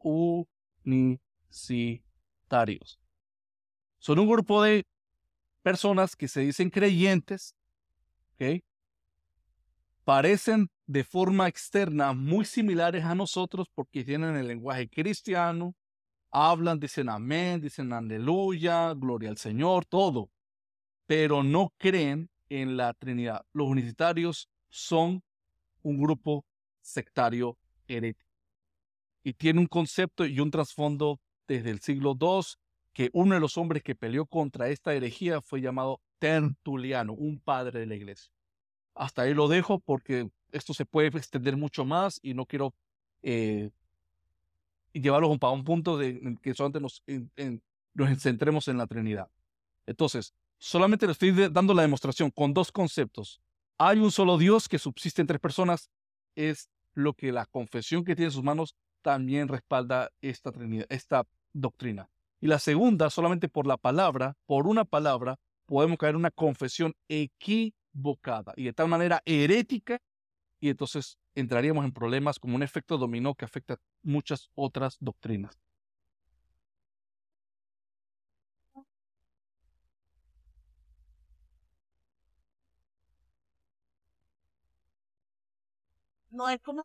unicitarios. Son un grupo de personas que se dicen creyentes, ¿ok? Parecen de forma externa muy similares a nosotros porque tienen el lenguaje cristiano, hablan, dicen amén, dicen aleluya, gloria al Señor, todo, pero no creen en la Trinidad. Los unicitarios son un grupo sectario herético y tiene un concepto y un trasfondo desde el siglo segundo, que uno de los hombres que peleó contra esta herejía fue llamado Tertuliano, un padre de la iglesia. Hasta ahí lo dejo porque esto se puede extender mucho más y no quiero eh, llevarlos a un punto de en que solamente nos, en, en, nos centremos en la Trinidad. Entonces, solamente le estoy de, dando la demostración con dos conceptos. Hay un solo Dios que subsiste en tres personas, es lo que la confesión que tiene en sus manos también respalda esta Trinidad, esta doctrina. Y la segunda, solamente por la palabra, por una palabra, podemos caer en una confesión equivocada y de tal manera herética, y entonces entraríamos en problemas como un efecto dominó que afecta muchas otras doctrinas. No es como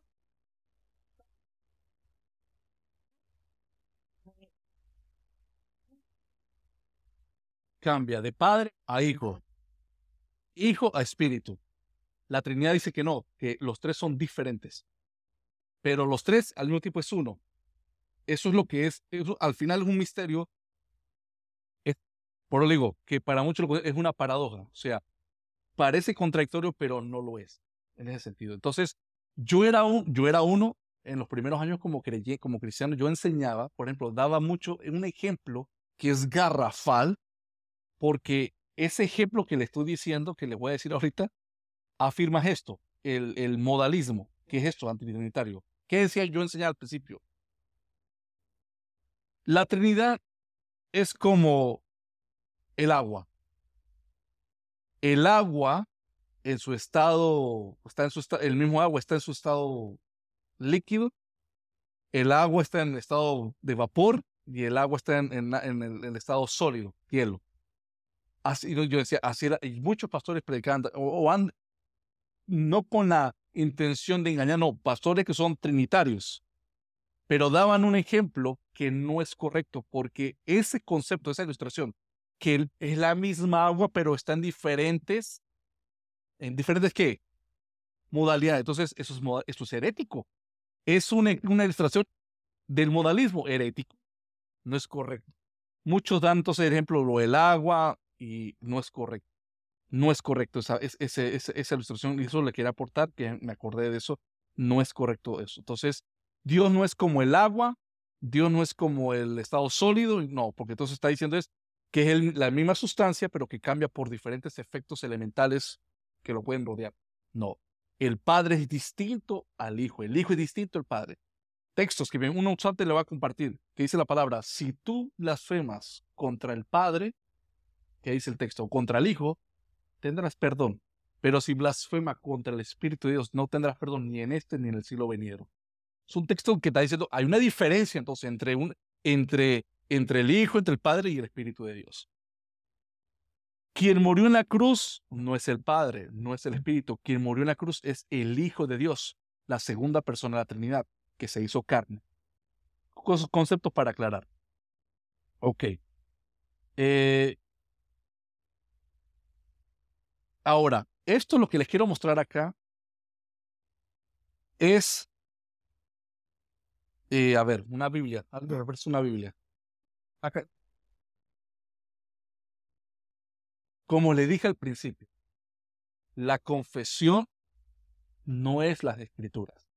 cambia de padre a hijo, hijo a espíritu. La Trinidad dice que no, que los tres son diferentes, pero los tres al mismo tiempo es uno. Eso es lo que es, eso al final es un misterio. Es, por eso digo que para muchos es una paradoja. O sea, parece contradictorio, pero no lo es en ese sentido. Entonces, yo era, un, yo era uno en los primeros años como, creyé, como cristiano, yo enseñaba, por ejemplo, daba mucho, un ejemplo que es garrafal, porque ese ejemplo que le estoy diciendo, que le voy a decir ahorita, afirma esto, el, el modalismo, que es esto, antitrinitario. ¿Qué decía yo enseñar al principio? La Trinidad es como el agua. El agua en su estado, está en su estado, el mismo agua está en su estado líquido, el agua está en estado de vapor y el agua está en, en, en, el, en el estado sólido, hielo. Así yo decía, así era, y muchos pastores predicaban, o, o han, no con la intención de engañar, no, pastores que son trinitarios, pero daban un ejemplo que no es correcto, porque ese concepto, esa ilustración, que es la misma agua, pero están diferentes, en diferentes ¿qué? Modalidades. Entonces, eso es, eso es herético. Es una, una ilustración del modalismo herético. No es correcto. Muchos dan entonces ejemplo lo del agua y no es correcto. No es correcto esa, esa, esa, esa ilustración, y eso le quería aportar, que me acordé de eso. No es correcto eso. Entonces, Dios no es como el agua, Dios no es como el estado sólido, no, porque entonces está diciendo es que es el, la misma sustancia, pero que cambia por diferentes efectos elementales que lo pueden rodear. No, el Padre es distinto al Hijo, el Hijo es distinto al Padre. Textos que uno usante le va a compartir, que dice la palabra, si tú blasfemas contra el Padre, que dice el texto, contra el Hijo, tendrás perdón. Pero si blasfema contra el Espíritu de Dios, no tendrás perdón ni en este ni en el siglo venidero. Es un texto que está diciendo, hay una diferencia entonces entre, un, entre, entre el Hijo, entre el Padre y el Espíritu de Dios. Quien murió en la cruz no es el Padre, no es el Espíritu. Quien murió en la cruz es el Hijo de Dios, la segunda persona de la Trinidad, que se hizo carne. Conceptos para aclarar. Ok. Eh, ahora, esto lo que les quiero mostrar acá es, eh, a ver, una Biblia. Algo es una Biblia. Acá. Como le dije al principio, la confesión no es las escrituras.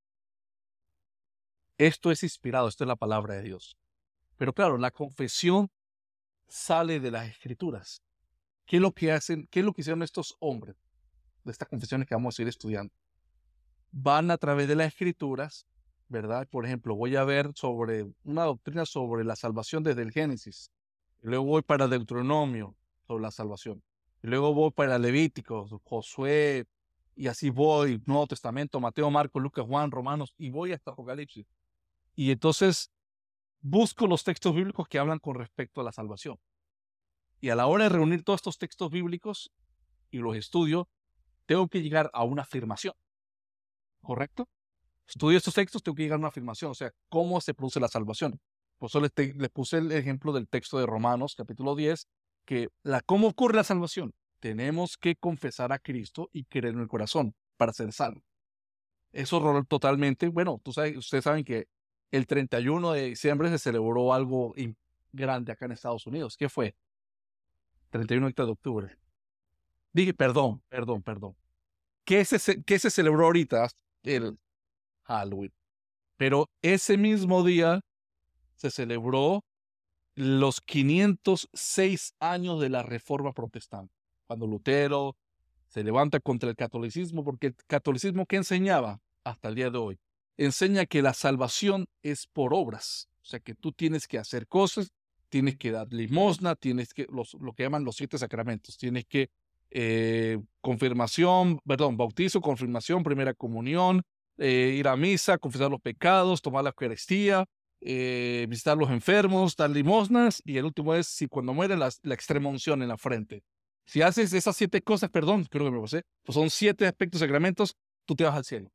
Esto es inspirado, esto es la palabra de Dios. Pero claro, la confesión sale de las escrituras. ¿Qué es lo que hacen? ¿Qué es lo que hicieron estos hombres de estas confesiones que vamos a ir estudiando? Van a través de las escrituras, ¿verdad? Por ejemplo, voy a ver sobre una doctrina sobre la salvación desde el Génesis. Y luego voy para Deuteronomio sobre la salvación. Y luego voy para Levítico, Josué, y así voy, Nuevo Testamento, Mateo, Marcos, Lucas, Juan, Romanos, y voy hasta Apocalipsis. Y entonces busco los textos bíblicos que hablan con respecto a la salvación. Y a la hora de reunir todos estos textos bíblicos y los estudio, tengo que llegar a una afirmación. ¿Correcto? Estudio estos textos, tengo que llegar a una afirmación. O sea, ¿cómo se produce la salvación? Por eso les, te, les puse el ejemplo del texto de Romanos, capítulo diez, que la, ¿cómo ocurre la salvación? Tenemos que confesar a Cristo y creer en el corazón para ser salvo. Eso totalmente, bueno, tú sabes, ustedes saben que el treinta y uno de diciembre se celebró algo grande acá en Estados Unidos. ¿Qué fue? treinta y uno de octubre. Dije, perdón, perdón, perdón. ¿Qué se, qué se celebró ahorita? El Halloween. Pero ese mismo día se celebró los quinientos seis años de la Reforma Protestante, cuando Lutero se levanta contra el catolicismo, porque el catolicismo, ¿qué enseñaba hasta el día de hoy? Enseña que la salvación es por obras, o sea que tú tienes que hacer cosas, tienes que dar limosna, tienes que, los, lo que llaman los siete sacramentos, tienes que eh, confirmación, perdón, bautizo, confirmación, primera comunión, eh, ir a misa, confesar los pecados, tomar la Eucaristía, eh, visitar a los enfermos, dar limosnas, y el último es, si cuando muere, la, la extrema unción en la frente. Si haces esas siete cosas, perdón, creo que me pasé, pues son siete aspectos sacramentos, tú te vas al cielo.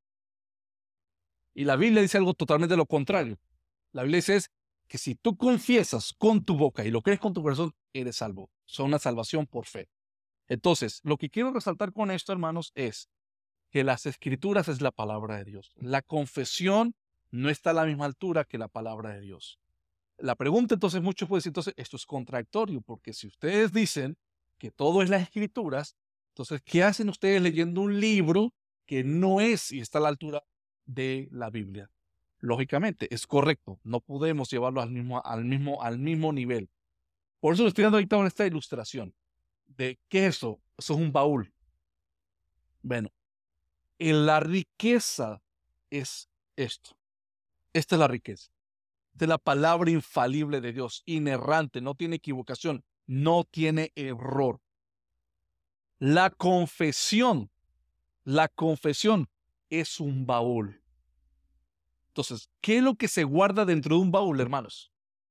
Y la Biblia dice algo totalmente lo contrario. La Biblia dice es que si tú confiesas con tu boca y lo crees con tu corazón, eres salvo. Son una salvación por fe. Entonces, lo que quiero resaltar con esto, hermanos, es que las escrituras es la palabra de Dios. La confesión no está a la misma altura que la palabra de Dios. La pregunta entonces, muchos pueden decir, entonces, esto es contradictorio, porque si ustedes dicen que todo es las escrituras, entonces, ¿qué hacen ustedes leyendo un libro que no es y está a la altura de la Biblia? Lógicamente, es correcto, no podemos llevarlo al mismo, al mismo, al mismo nivel. Por eso le estoy dando ahorita en esta ilustración de qué es eso. Eso es un baúl. Bueno, en la riqueza es esto. Esta es la riqueza. Esta es la palabra infalible de Dios, inerrante, no tiene equivocación, no tiene error. La confesión, la confesión es un baúl. Entonces, ¿qué es lo que se guarda dentro de un baúl, hermanos?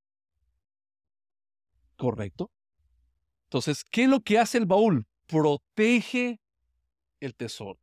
Correcto. Entonces, ¿qué es lo que hace el baúl? Protege el tesoro.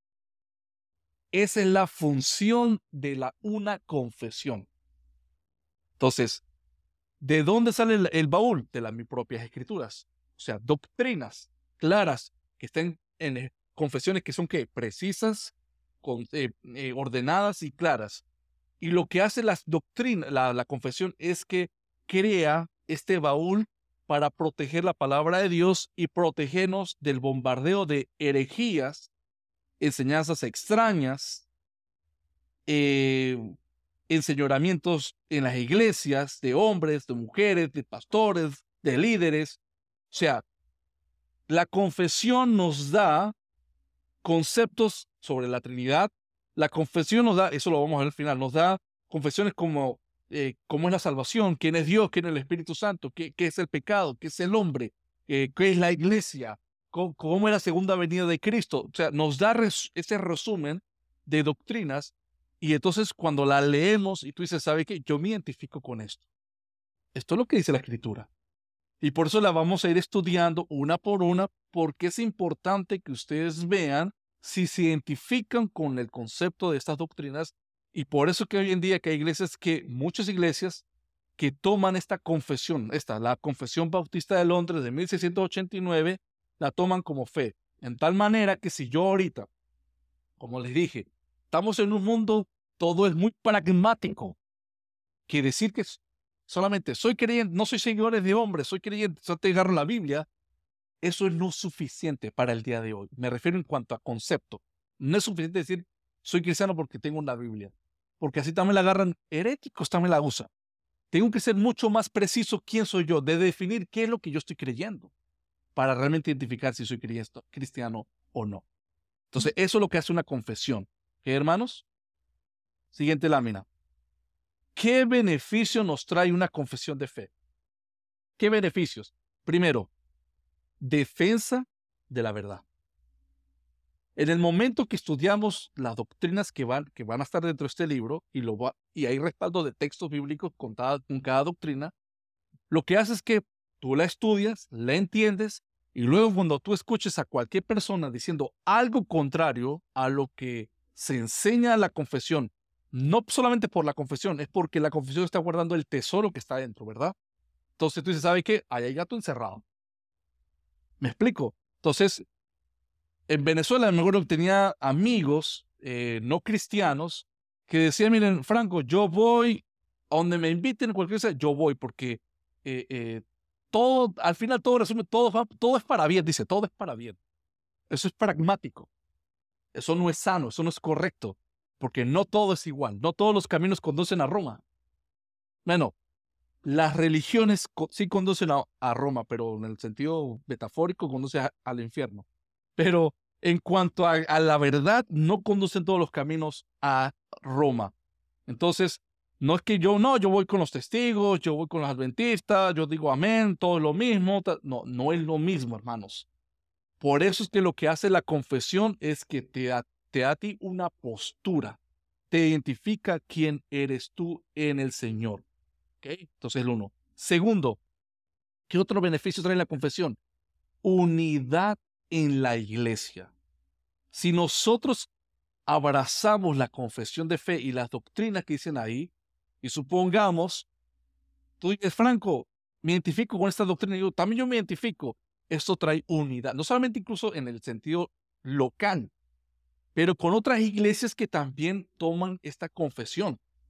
Esa es la función de la una confesión. Entonces, ¿de dónde sale el, el baúl? De las mis propias escrituras. O sea, doctrinas claras que estén en eh, confesiones que son ¿qué? Precisas, con, eh, eh, ordenadas y claras. Y lo que hace las doctrinas, la, la confesión es que crea este baúl para proteger la palabra de Dios y protegernos del bombardeo de herejías, enseñanzas extrañas, eh, enseñoramientos en las iglesias de hombres, de mujeres, de pastores, de líderes. O sea, la confesión nos da conceptos sobre la Trinidad. La confesión nos da, eso lo vamos a ver al final, nos da confesiones como eh, cómo es la salvación, quién es Dios, quién es el Espíritu Santo, qué, qué es el pecado, qué es el hombre, eh, qué es la iglesia, cómo, cómo es la segunda venida de Cristo. O sea, nos da res, ese resumen de doctrinas. Y entonces cuando la leemos y tú dices, ¿sabe qué? Yo me identifico con esto. Esto es lo que dice la Escritura. Y por eso la vamos a ir estudiando una por una, porque es importante que ustedes vean si se identifican con el concepto de estas doctrinas. Y por eso que hoy en día que hay iglesias que, muchas iglesias, que toman esta confesión, esta, la Confesión Bautista de Londres de mil seiscientos ochenta y nueve, la toman como fe. En tal manera que si yo ahorita, como les dije, estamos en un mundo, todo es muy pragmático, que decir que solamente soy creyente, no soy seguidores de hombres, soy creyente, solo te agarro la Biblia, eso no es suficiente para el día de hoy. Me refiero en cuanto a concepto. No es suficiente decir soy cristiano porque tengo una Biblia, porque así también la agarran heréticos, también la usan. Tengo que ser mucho más preciso quién soy yo, de definir qué es lo que yo estoy creyendo, para realmente identificar si soy cristiano o no. Entonces, eso es lo que hace una confesión. ¿Qué, hermanos? Siguiente lámina. ¿Qué beneficio nos trae una confesión de fe? ¿Qué beneficios? Primero, defensa de la verdad. En el momento que estudiamos las doctrinas que van, que van a estar dentro de este libro, y, lo va, y hay respaldo de textos bíblicos con cada, con cada doctrina, lo que hace es que tú la estudias, la entiendes, y luego cuando tú escuches a cualquier persona diciendo algo contrario a lo que se enseña en la confesión, no solamente por la confesión, es porque la confesión está guardando el tesoro que está dentro, ¿verdad? Entonces tú dices, ¿sabe qué? Ahí hay gato encerrado. ¿Me explico? Entonces, en Venezuela me acuerdo que tenía amigos eh, no cristianos que decían, miren, Franco, yo voy a donde me inviten, cualquier cosa, yo voy porque eh, eh, todo, al final todo resume, todo, va, todo es para bien, dice, todo es para bien. Eso es pragmático. Eso no es sano, eso no es correcto, porque no todo es igual, no todos los caminos conducen a Roma. Bueno, las religiones co sí conducen a, a Roma, pero en el sentido metafórico conduce a, al infierno. Pero en cuanto a, a la verdad, no conducen todos los caminos a Roma. Entonces, no es que yo, no, yo voy con los testigos, yo voy con los adventistas, yo digo amén, todo es lo mismo. No, no es lo mismo, hermanos. Por eso es que lo que hace la confesión es que te da, te da a ti una postura, te identifica quién eres tú en el Señor. ¿Okay? Entonces, el uno. Segundo, ¿qué otro beneficio trae la confesión? Unidad en la iglesia. Si nosotros abrazamos la confesión de fe y las doctrinas que dicen ahí, y supongamos, tú dices, Franco, me identifico con esta doctrina, y yo también yo me identifico, esto trae unidad, no solamente incluso en el sentido local, pero con otras iglesias que también toman esta confesión.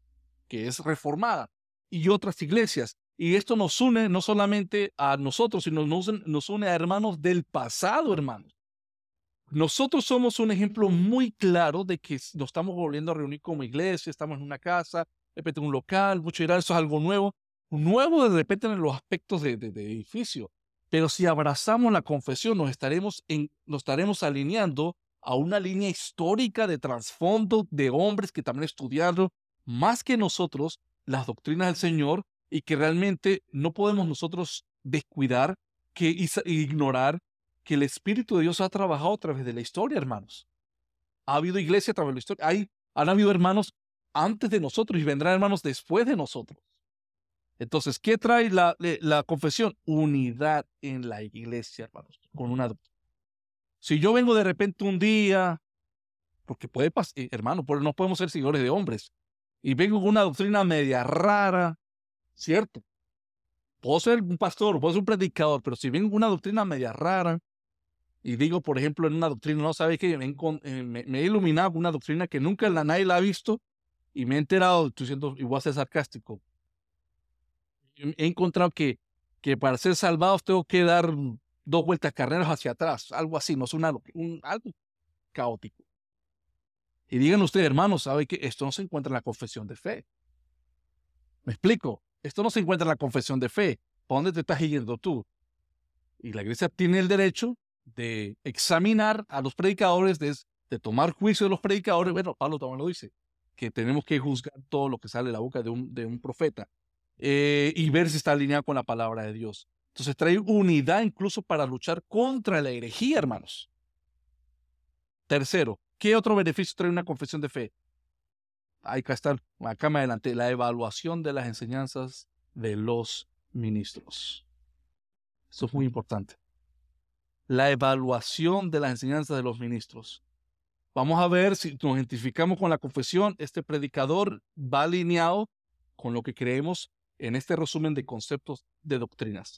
que es reformada, y otras iglesias. Y esto nos une no solamente a nosotros, sino nos, nos une a hermanos del pasado, hermanos. Nosotros somos un ejemplo muy claro de que nos estamos volviendo a reunir como iglesia, estamos en una casa, de repente en un local, mucho dirán, eso es algo nuevo, nuevo de repente en los aspectos de, de, de edificio. Pero si abrazamos la confesión, nos estaremos, en, nos estaremos alineando a una línea histórica de trasfondo de hombres que también estudiaron más que nosotros las doctrinas del Señor y que realmente no podemos nosotros descuidar que ignorar que el Espíritu de Dios ha trabajado a través de la historia, hermanos. Ha habido iglesia a través de la historia. Hay, han habido hermanos antes de nosotros y vendrán hermanos después de nosotros. Entonces, ¿qué trae la, la confesión? Unidad en la iglesia, hermanos, con una doctrina. Si yo vengo de repente un día, porque puede pasar, hermano, no podemos ser seguidores de hombres, y vengo con una doctrina media rara, ¿cierto? Puedo ser un pastor, puedo ser un predicador, pero si vengo con una doctrina media rara, y digo, por ejemplo, en una doctrina, no sabes que me, me, me he iluminado con una doctrina que nunca la, nadie la ha visto, y me he enterado, estoy siendo, y voy a ser sarcástico, he encontrado que, que para ser salvados tengo que dar dos vueltas carreras hacia atrás, algo así, no es una, un, algo caótico. Y digan ustedes, hermanos, ¿sabe que esto no se encuentra en la confesión de fe? ¿Me explico? Esto no se encuentra en la confesión de fe. ¿Para dónde te estás yendo tú? Y la iglesia tiene el derecho de examinar a los predicadores, de, de tomar juicio de los predicadores. Bueno, Pablo también lo dice, que tenemos que juzgar todo lo que sale de la boca de un, de un profeta eh, y ver si está alineado con la palabra de Dios. Entonces trae unidad incluso para luchar contra la herejía, hermanos. Tercero, ¿qué otro beneficio trae una confesión de fe? Hay que estar acá más adelante, la evaluación de las enseñanzas de los ministros. Eso es muy importante. La evaluación de las enseñanzas de los ministros. Vamos a ver si nos identificamos con la confesión. Este predicador va alineado con lo que creemos en este resumen de conceptos de doctrinas.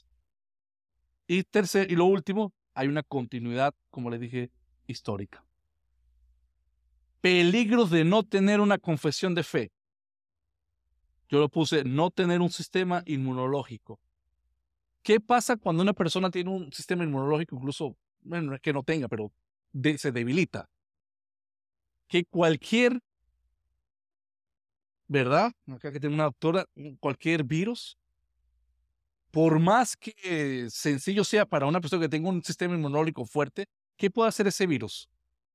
Y tercer, y lo último, hay una continuidad, como les dije, histórica. Peligros de no tener una confesión de fe. Yo lo puse, no tener un sistema inmunológico. ¿Qué pasa cuando una persona tiene un sistema inmunológico, incluso, bueno, no es que no tenga, pero de, se debilita? Que cualquier, ¿verdad? Acá que tengo una doctora, cualquier virus, por más que sencillo sea para una persona que tenga un sistema inmunológico fuerte, ¿qué puede hacer ese virus?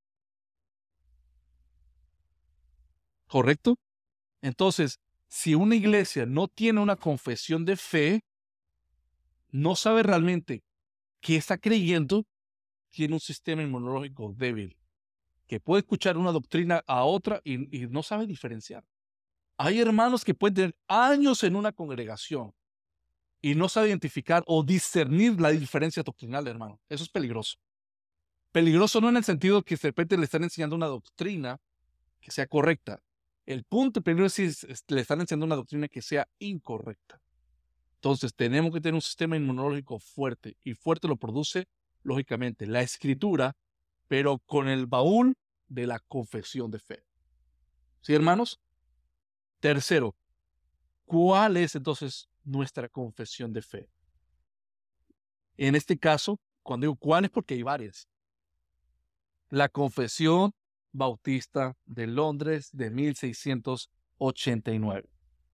¿Correcto? Entonces, si una iglesia no tiene una confesión de fe, no sabe realmente qué está creyendo, tiene un sistema inmunológico débil, que puede escuchar una doctrina a otra y, y no sabe diferenciar. Hay hermanos que pueden tener años en una congregación y no sabe identificar o discernir la diferencia doctrinal, hermano. Eso es peligroso. Peligroso no en el sentido que de repente le están enseñando una doctrina que sea correcta. El punto primero es si le están enseñando una doctrina que sea incorrecta. Entonces tenemos que tener un sistema inmunológico fuerte, y fuerte lo produce, lógicamente, la escritura, pero con el baúl de la confesión de fe. ¿Sí, hermanos? Tercero, ¿cuál es entonces nuestra confesión de fe? En este caso, cuando digo cuál es porque hay varias. La Confesión Bautista de Londres de mil seiscientos ochenta y nueve.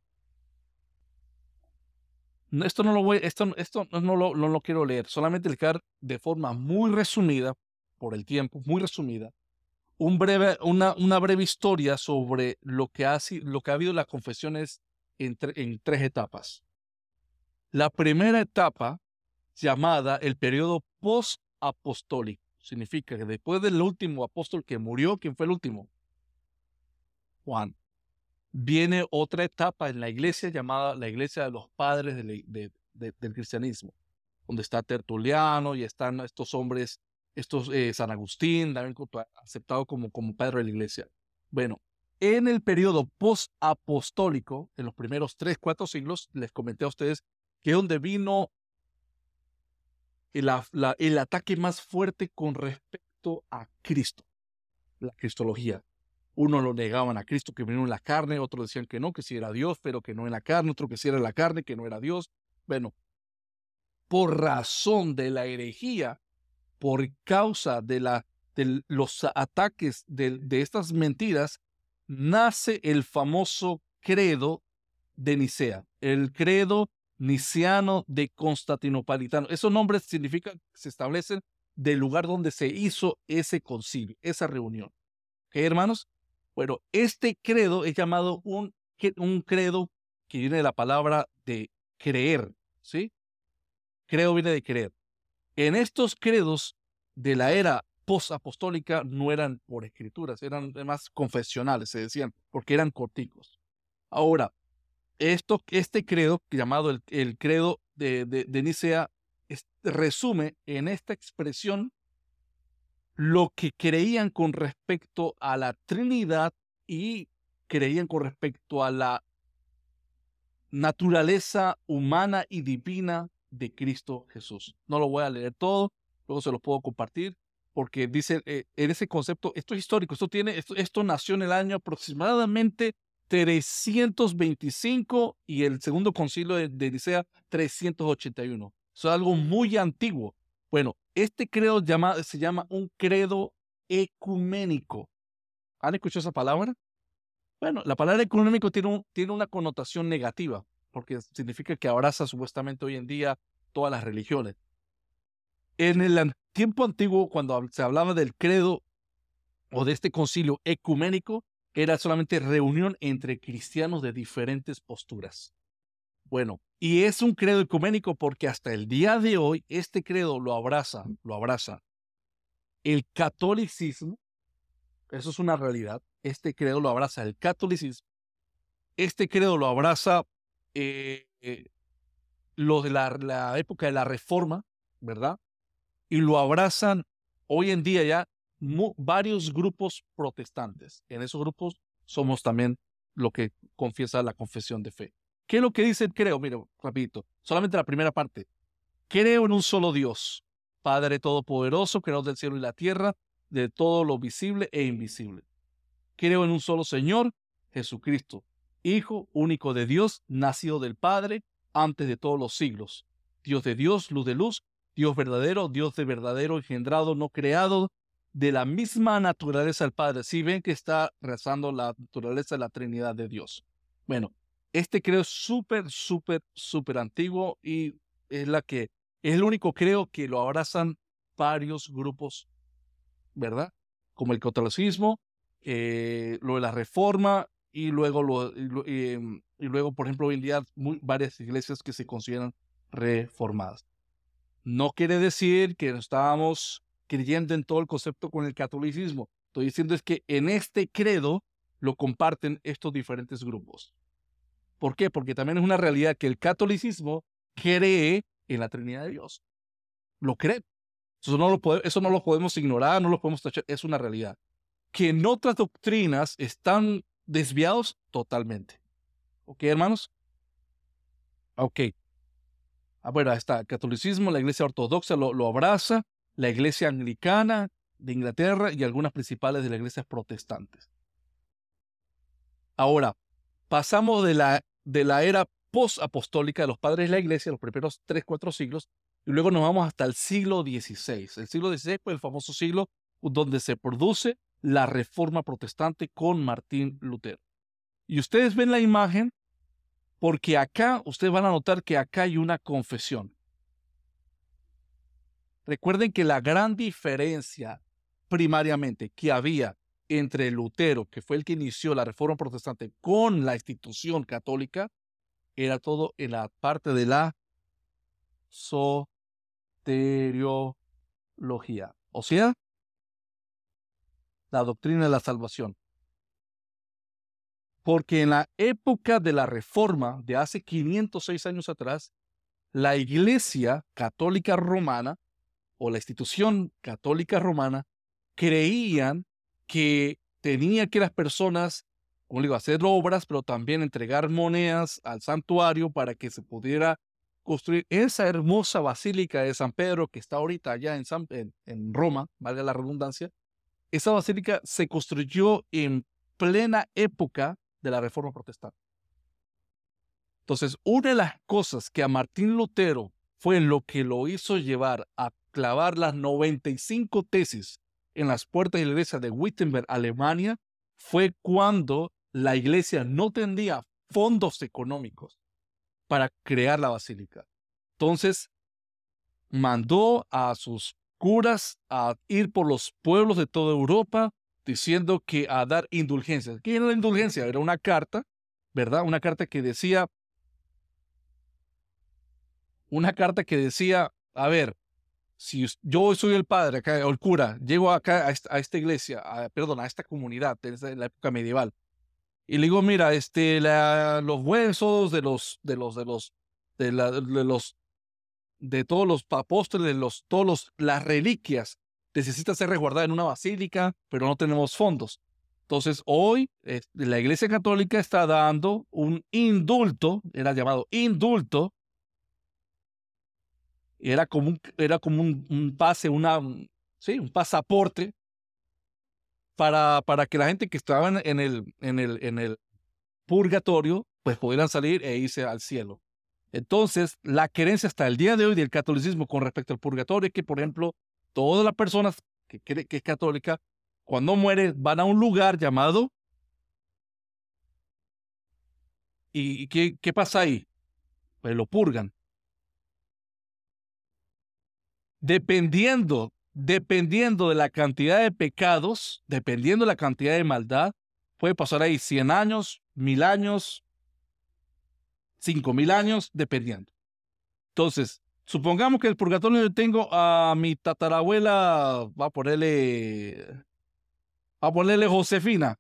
Esto no lo voy, esto, esto no, lo, no lo quiero leer, solamente explicar de forma muy resumida, por el tiempo, muy resumida, un breve, una, una breve historia sobre lo que ha, lo que ha habido en las confesiones en, en tres etapas. La primera etapa, llamada el periodo post-apostólico, significa que después del último apóstol que murió, ¿quién fue el último? Juan. Viene otra etapa en la iglesia llamada la iglesia de los padres de, de, de, del cristianismo, donde está Tertuliano y están estos hombres, estos eh, San Agustín, también aceptado como, como padre de la iglesia. Bueno, en el periodo post-apostólico, en los primeros tres, cuatro siglos, les comenté a ustedes que es donde vino el, la, el ataque más fuerte con respecto a Cristo, la cristología. Unos lo negaban a Cristo que vino en la carne, otros decían que no, que sí era Dios, pero que no en la carne, otro que sí era en la carne, que no era Dios. Bueno, por razón de la herejía, por causa de, la, de los ataques de, de estas mentiras, nace el famoso credo de Nicea, el credo niciano de Constantinopolitano. Esos nombres significan, se establecen del lugar donde se hizo ese concilio, esa reunión. ¿Ok, hermanos? Bueno, este credo es llamado un, un credo que viene de la palabra de creer, ¿sí? Credo viene de creer. En estos credos de la era post-apostólica no eran por escrituras, eran más confesionales, se decían, porque eran corticos. Ahora, esto, este credo, llamado el, el credo de, de, de Nicea, es, resume en esta expresión lo que creían con respecto a la Trinidad y creían con respecto a la naturaleza humana y divina de Cristo Jesús. No lo voy a leer todo, luego se lo puedo compartir, porque dice eh, en ese concepto, esto es histórico, esto, tiene, esto, esto nació en el año aproximadamente trescientos veinticinco y el segundo concilio de, de Nicea trescientos ochenta y uno. Eso es algo muy antiguo. Bueno, este credo llama, se llama un credo ecuménico. ¿Han escuchado esa palabra? Bueno, la palabra ecuménico tiene, un, tiene una connotación negativa, porque significa que abraza supuestamente hoy en día todas las religiones. En el tiempo antiguo, cuando se hablaba del credo o de este concilio ecuménico, era solamente reunión entre cristianos de diferentes posturas. Bueno, y es un credo ecuménico porque hasta el día de hoy este credo lo abraza, lo abraza el catolicismo. Eso es una realidad. Este credo lo abraza el catolicismo. Este credo lo abraza eh, eh, lo de la, la época de la Reforma, ¿verdad? Y lo abrazan hoy en día ya mu- varios grupos protestantes. En esos grupos somos también lo que confiesa la confesión de fe. ¿Qué es lo que dice el creo? Mira, rapidito, solamente la primera parte. Creo en un solo Dios, Padre Todopoderoso, creador del cielo y la tierra, de todo lo visible e invisible. Creo en un solo Señor, Jesucristo, Hijo único de Dios, nacido del Padre antes de todos los siglos. Dios de Dios, luz de luz, Dios verdadero, Dios de verdadero, engendrado, no creado, de la misma naturaleza del Padre. Si ven que está rezando la naturaleza de la Trinidad de Dios. Bueno, este creo es súper, súper, súper antiguo y es la que es el único creo que lo abrazan varios grupos, ¿verdad? Como el catolicismo, eh, lo de la Reforma y luego, lo, y, lo- y, em, y luego, por ejemplo, hoy en día muy, varias iglesias que se consideran reformadas. No quiere decir que no estábamos creyendo en todo el concepto con el catolicismo. Estoy diciendo es que en este credo lo comparten estos diferentes grupos. ¿Por qué? Porque también es una realidad que el catolicismo cree en la Trinidad de Dios. Lo cree. Eso no lo, pode- eso no lo podemos ignorar, no lo podemos tachar. Es una realidad. Que en otras doctrinas están desviados totalmente. ¿Ok, hermanos? Ok. Ah, bueno, ahí está. El catolicismo, la iglesia ortodoxa lo, lo abraza, la iglesia anglicana de Inglaterra y algunas principales de las iglesias protestantes. Ahora, pasamos de la, de la era post-apostólica de los padres de la iglesia, los primeros tres, cuatro siglos, y luego nos vamos hasta el siglo dieciséis. El siglo dieciséis fue el famoso siglo donde se produce la reforma protestante con Martín Lutero. Y ustedes ven la imagen porque acá, ustedes van a notar que acá hay una confesión. Recuerden que la gran diferencia primariamente que había entre Lutero, que fue el que inició la reforma protestante, con la institución católica, era todo en la parte de la soteriología, o sea, la doctrina de la salvación. Porque en la época de la reforma de hace quinientos seis años atrás, la Iglesia Católica Romana o la institución católica romana creían que tenía que las personas, como digo, hacer obras, pero también entregar monedas al santuario para que se pudiera construir esa hermosa basílica de San Pedro que está ahorita allá en, San, en, en Roma, valga la redundancia. Esa basílica se construyó en plena época de la Reforma Protestante. Entonces, una de las cosas que a Martín Lutero fue lo que lo hizo llevar a clavar las noventa y cinco tesis en las puertas de la iglesia de Wittenberg, Alemania, fue cuando la iglesia no tenía fondos económicos para crear la basílica. Entonces, mandó a sus curas a ir por los pueblos de toda Europa diciendo que a dar indulgencias. ¿Qué era la indulgencia? Era una carta, ¿verdad? Una carta que decía, una carta que decía, a ver, si yo soy el padre acá, o el cura, llego acá a esta, a esta iglesia, a, perdón, a esta comunidad de la época medieval, y le digo, mira, este, la, los huesos de los, de los, de los, de, la, de los, de todos los apóstoles, los, todos los, las reliquias, necesitan ser resguardadas en una basílica, pero no tenemos fondos. Entonces, hoy eh, la Iglesia Católica está dando un indulto, era llamado indulto, era como un, era como un, un pase, una, un, sí, un pasaporte para, para que la gente que estaba en el, en el, en el purgatorio, pues pudieran salir e irse al cielo. Entonces, la creencia hasta el día de hoy del catolicismo con respecto al purgatorio es que, por ejemplo, todas las personas que creen que es católica, cuando mueren, van a un lugar llamado... ¿Y, y qué, qué pasa ahí? Pues lo purgan. Dependiendo, dependiendo de la cantidad de pecados, dependiendo de la cantidad de maldad, puede pasar ahí cien años, mil años, cinco mil años, dependiendo. Entonces, supongamos que el purgatorio yo tengo a mi tatarabuela, va a ponerle, va a ponerle Josefina.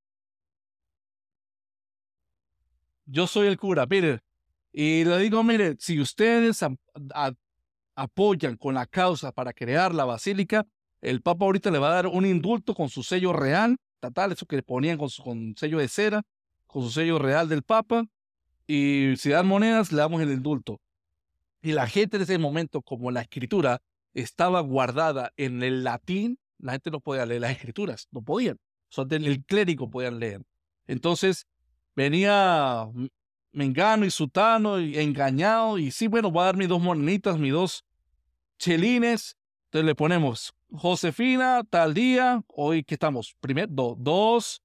Yo soy el cura, mire, y le digo, mire, si ustedes a, a, apoyan con la causa para crear la basílica, el Papa ahorita le va a dar un indulto con su sello real, tal, eso que le ponían con su con sello de cera, con su sello real del Papa, y si dan monedas, le damos el indulto. Y la gente en ese momento, como la escritura estaba guardada en el latín, la gente no podía leer las escrituras, no podían, solo el clérigo podían leer. Entonces venía Mengano y Sutano y engañado, y sí, bueno, voy a dar mis dos moneditas, mis dos chelines. Entonces le ponemos Josefina, tal día, hoy que estamos, primero, do, dos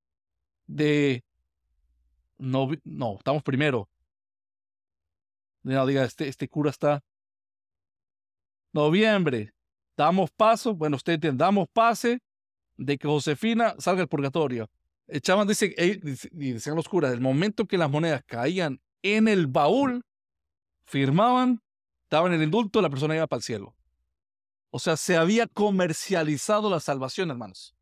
de, no, no, estamos primero. No, diga, este, este cura está, noviembre, damos paso, bueno, ustedes entienden, damos pase de que Josefina salga del purgatorio. Echaban, dice, y decían los curas, el momento que las monedas caían en el baúl, firmaban, daban el indulto, la persona iba para el cielo. O sea, se había comercializado la salvación, hermanos.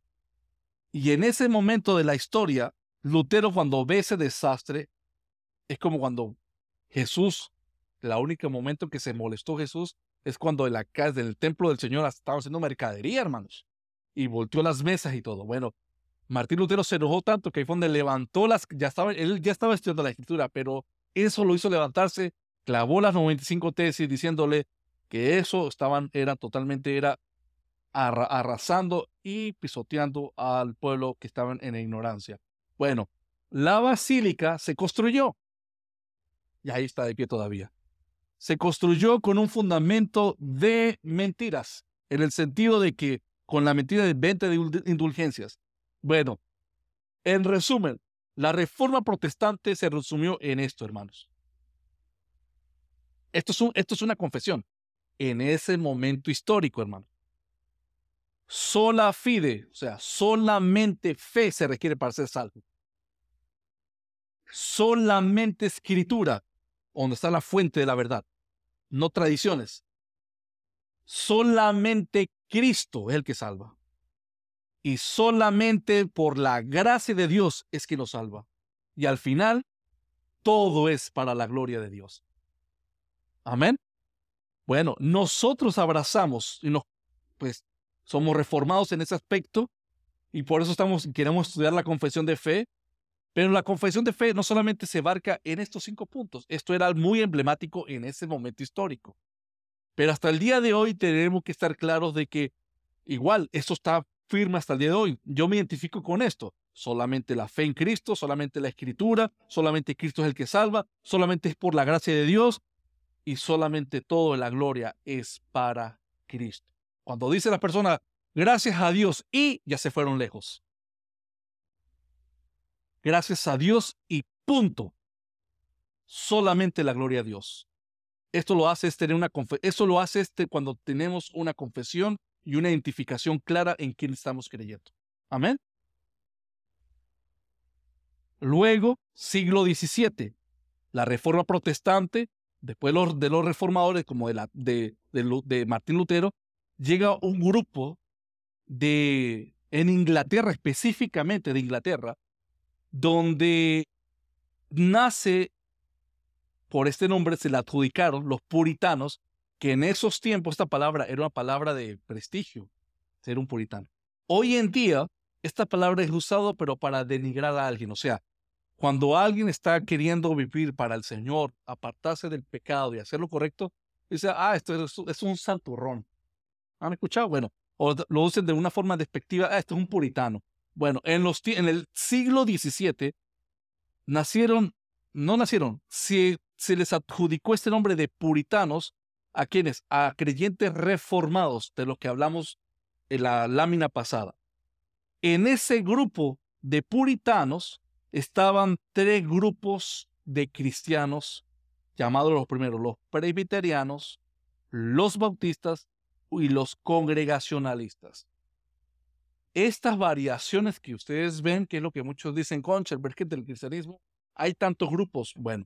Y en ese momento de la historia, Lutero, cuando ve ese desastre, es como cuando Jesús, el único momento que se molestó Jesús es cuando en la casa del templo del Señor estaba haciendo mercadería, hermanos, y volteó las mesas y todo. Bueno, Martín Lutero se enojó tanto que ahí fue donde levantó las, ya estaba, él ya estaba estudiando la escritura, pero eso lo hizo levantarse, clavó las noventa y cinco tesis diciéndole que eso estaban, era totalmente, era arra, arrasando y pisoteando al pueblo que estaban en ignorancia. Bueno, la basílica se construyó, y ahí está de pie todavía. Se construyó con un fundamento de mentiras, en el sentido de que con la mentira de venta de indulgencias. Bueno, en resumen, la reforma protestante se resumió en esto, hermanos. Esto es, un, esto es una confesión. En ese momento histórico, hermano. Sola fide, o sea, solamente fe se requiere para ser salvo. Solamente escritura, donde está la fuente de la verdad, no tradiciones. Solamente Cristo es el que salva. Y solamente por la gracia de Dios es que nos salva. Y al final, todo es para la gloria de Dios. Amén. Bueno, nosotros abrazamos y nos, pues, somos reformados en ese aspecto y por eso estamos, queremos estudiar la confesión de fe. Pero la confesión de fe no solamente se abarca en estos cinco puntos. Esto era muy emblemático en ese momento histórico. Pero hasta el día de hoy tenemos que estar claros de que igual esto está firme hasta el día de hoy. Yo me identifico con esto. solamente la fe en Cristo, solamente la Escritura, solamente Cristo es el que salva, solamente es por la gracia de Dios y solamente toda la gloria es para Cristo. Cuando dice la persona, gracias a Dios y ya se fueron lejos. Gracias a Dios y punto. Solamente la gloria a Dios. Esto lo hace es tener una eso lo hace este cuando tenemos una confesión y una identificación clara en quién estamos creyendo. Amén. Luego, siglo diecisiete, la Reforma Protestante, después los, de los reformadores como de, la, de, de, de Martín Lutero, llega un grupo de, en Inglaterra, específicamente de Inglaterra, donde nace, por este nombre se le adjudicaron los puritanos, que en esos tiempos esta palabra era una palabra de prestigio, ser un puritano. Hoy en día, esta palabra es usada pero para denigrar a alguien, o sea, cuando alguien está queriendo vivir para el Señor, apartarse del pecado y hacer lo correcto, dice, ah, esto es, es un santurrón. ¿Han escuchado? Bueno, o lo usan de una forma despectiva, ah, esto es un puritano. Bueno, en, los, en el siglo diecisiete nacieron, no nacieron, se, se les adjudicó este nombre de puritanos a quienes, a creyentes reformados, de los que hablamos en la lámina pasada. En ese grupo de puritanos estaban tres grupos de cristianos, llamados los primeros, los presbiterianos, los bautistas y los congregacionalistas. Estas variaciones que ustedes ven, que es lo que muchos dicen, concha, el vergel del cristianismo, hay tantos grupos. Bueno,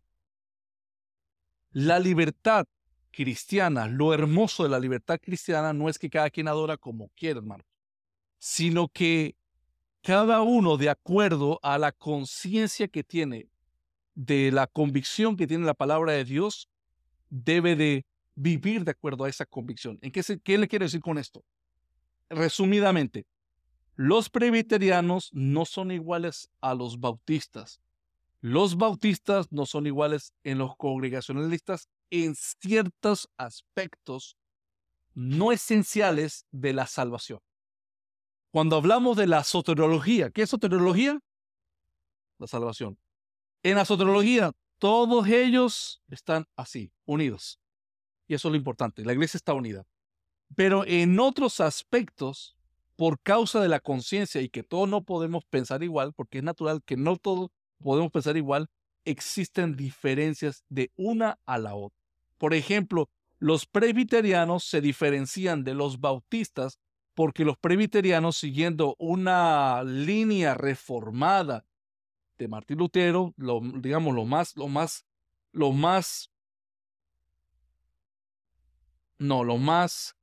la libertad cristiana, lo hermoso de la libertad cristiana no es que cada quien adora como quiere, hermano, sino que cada uno, de acuerdo a la conciencia que tiene, de la convicción que tiene la palabra de Dios, debe de vivir de acuerdo a esa convicción. ¿En qué, se, qué le quiero decir con esto? Resumidamente, los presbiterianos no son iguales a los bautistas. Los bautistas no son iguales en los congregacionalistas en ciertos aspectos no esenciales de la salvación. Cuando hablamos de la soteriología, ¿qué es soteriología? La salvación. En la soteriología, todos ellos están así, unidos. Y eso es lo importante, la iglesia está unida. Pero en otros aspectos, por causa de la conciencia y que todos no podemos pensar igual, porque es natural que no todos podemos pensar igual, existen diferencias de una a la otra. Por ejemplo, los presbiterianos se diferencian de los bautistas porque los presbiterianos, siguiendo una línea reformada de Martín Lutero, lo, digamos, lo más, lo más, lo más, no, lo más,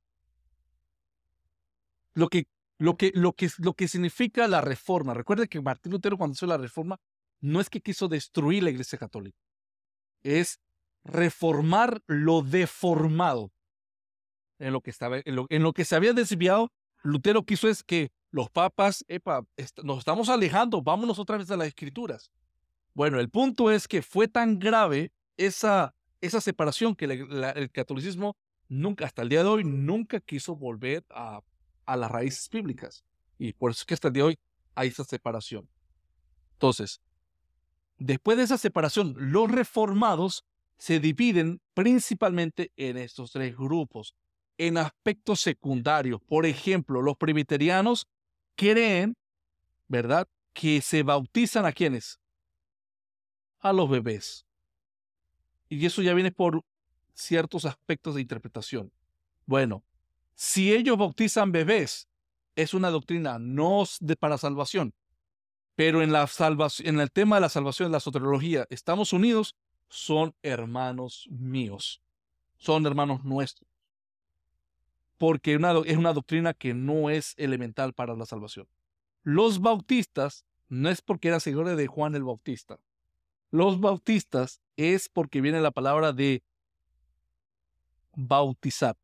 lo que, lo que, lo que, lo que significa la reforma. Recuerde que Martín Lutero, cuando hizo la reforma, no es que quiso destruir la Iglesia Católica, es reformar lo deformado. En lo que estaba, en lo, en lo que se había desviado, Lutero quiso es que los papas, epa, est nos estamos alejando, vámonos otra vez a las Escrituras. Bueno, el punto es que fue tan grave esa, esa separación que la, la, el catolicismo nunca, hasta el día de hoy, nunca quiso volver a, a las raíces bíblicas. Y por eso es que hasta el día de hoy hay esa separación. Entonces, después de esa separación, los reformados se dividen principalmente en estos tres grupos, en aspectos secundarios. Por ejemplo, los presbiterianos creen, ¿verdad?, que se bautizan a ¿quiénes? A los bebés. Y eso ya viene por ciertos aspectos de interpretación. Bueno, si ellos bautizan bebés, es una doctrina no de, para salvación. Pero en, la salvación, en el tema de la salvación, la soteriología, estamos unidos, son hermanos míos. Son hermanos nuestros. Porque una, es una doctrina que no es elemental para la salvación. Los bautistas no es porque eran seguidores de Juan el Bautista. Los bautistas es porque viene la palabra de bautizar.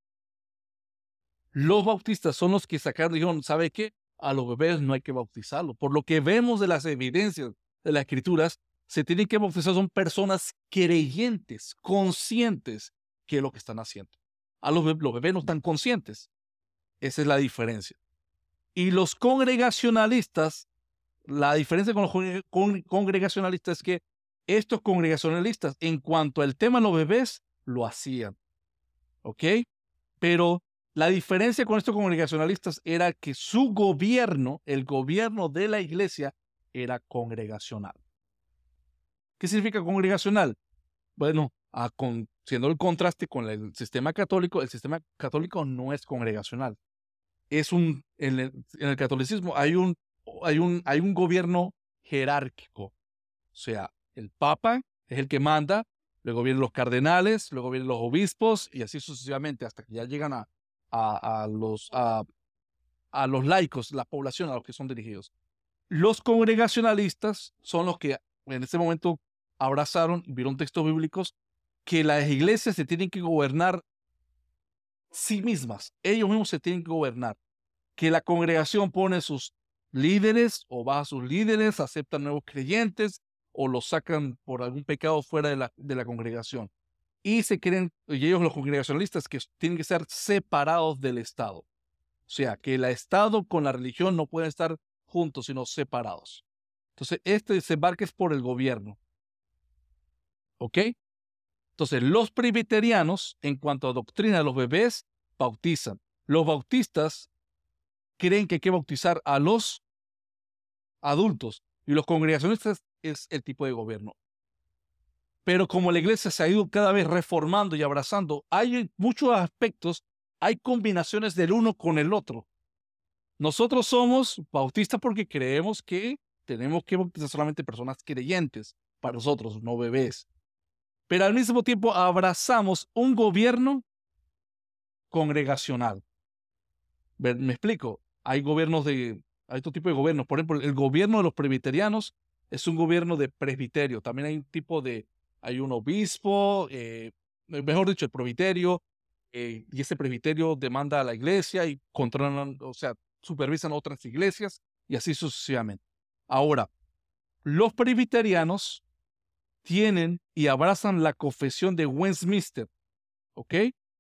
Los bautistas son los que sacaron y dijeron, ¿sabe qué? A los bebés no hay que bautizarlos. Por lo que vemos de las evidencias de las Escrituras, se tienen que bautizar son personas creyentes, conscientes que es lo que están haciendo. A los, bebés, los bebés no están conscientes. Esa es la diferencia. Y los congregacionalistas La diferencia con los con- con- congregacionalistas es que estos congregacionalistas, en cuanto al tema de los bebés, lo hacían, ¿ok? Pero la diferencia con estos congregacionalistas era que su gobierno, el gobierno de la iglesia, era congregacional. ¿Qué significa congregacional? Bueno, a con- siendo el contraste con el sistema católico, el sistema católico no es congregacional. Es un, en el, en el catolicismo hay un, hay un, hay un gobierno jerárquico. O sea, el Papa es el que manda, luego vienen los cardenales, luego vienen los obispos y así sucesivamente hasta que ya llegan a, a, a los, a, a los laicos, la población a los que son dirigidos. Los congregacionalistas son los que en ese momento abrazaron y vieron textos bíblicos que las iglesias se tienen que gobernar sí mismas. Ellos mismos se tienen que gobernar. Que la congregación pone sus líderes o baja sus líderes, aceptan nuevos creyentes o los sacan por algún pecado fuera de la, de la congregación. Y se creen, y ellos los congregacionalistas, que tienen que ser separados del Estado. O sea, que el Estado con la religión no pueden estar juntos, sino separados. Entonces, este desembarque es por el gobierno. ¿Ok? Entonces, los presbiterianos, en cuanto a doctrina de los bebés, bautizan. Los bautistas creen que hay que bautizar a los adultos y los congregacionistas es el tipo de gobierno. Pero como la iglesia se ha ido cada vez reformando y abrazando, hay muchos aspectos, hay combinaciones del uno con el otro. Nosotros somos bautistas porque creemos que tenemos que bautizar solamente personas creyentes, para nosotros, no bebés. Pero al mismo tiempo abrazamos un gobierno congregacional. ¿Me explico? Hay gobiernos de, hay otro tipo de gobiernos. Por ejemplo, el gobierno de los presbiterianos es un gobierno de presbiterio. También hay un tipo de, hay un obispo, eh, mejor dicho, el presbiterio, eh, y ese presbiterio demanda a la iglesia y controlan, o sea, supervisan otras iglesias y así sucesivamente. Ahora, los presbiterianos tienen y abrazan la confesión de Westminster, ¿ok?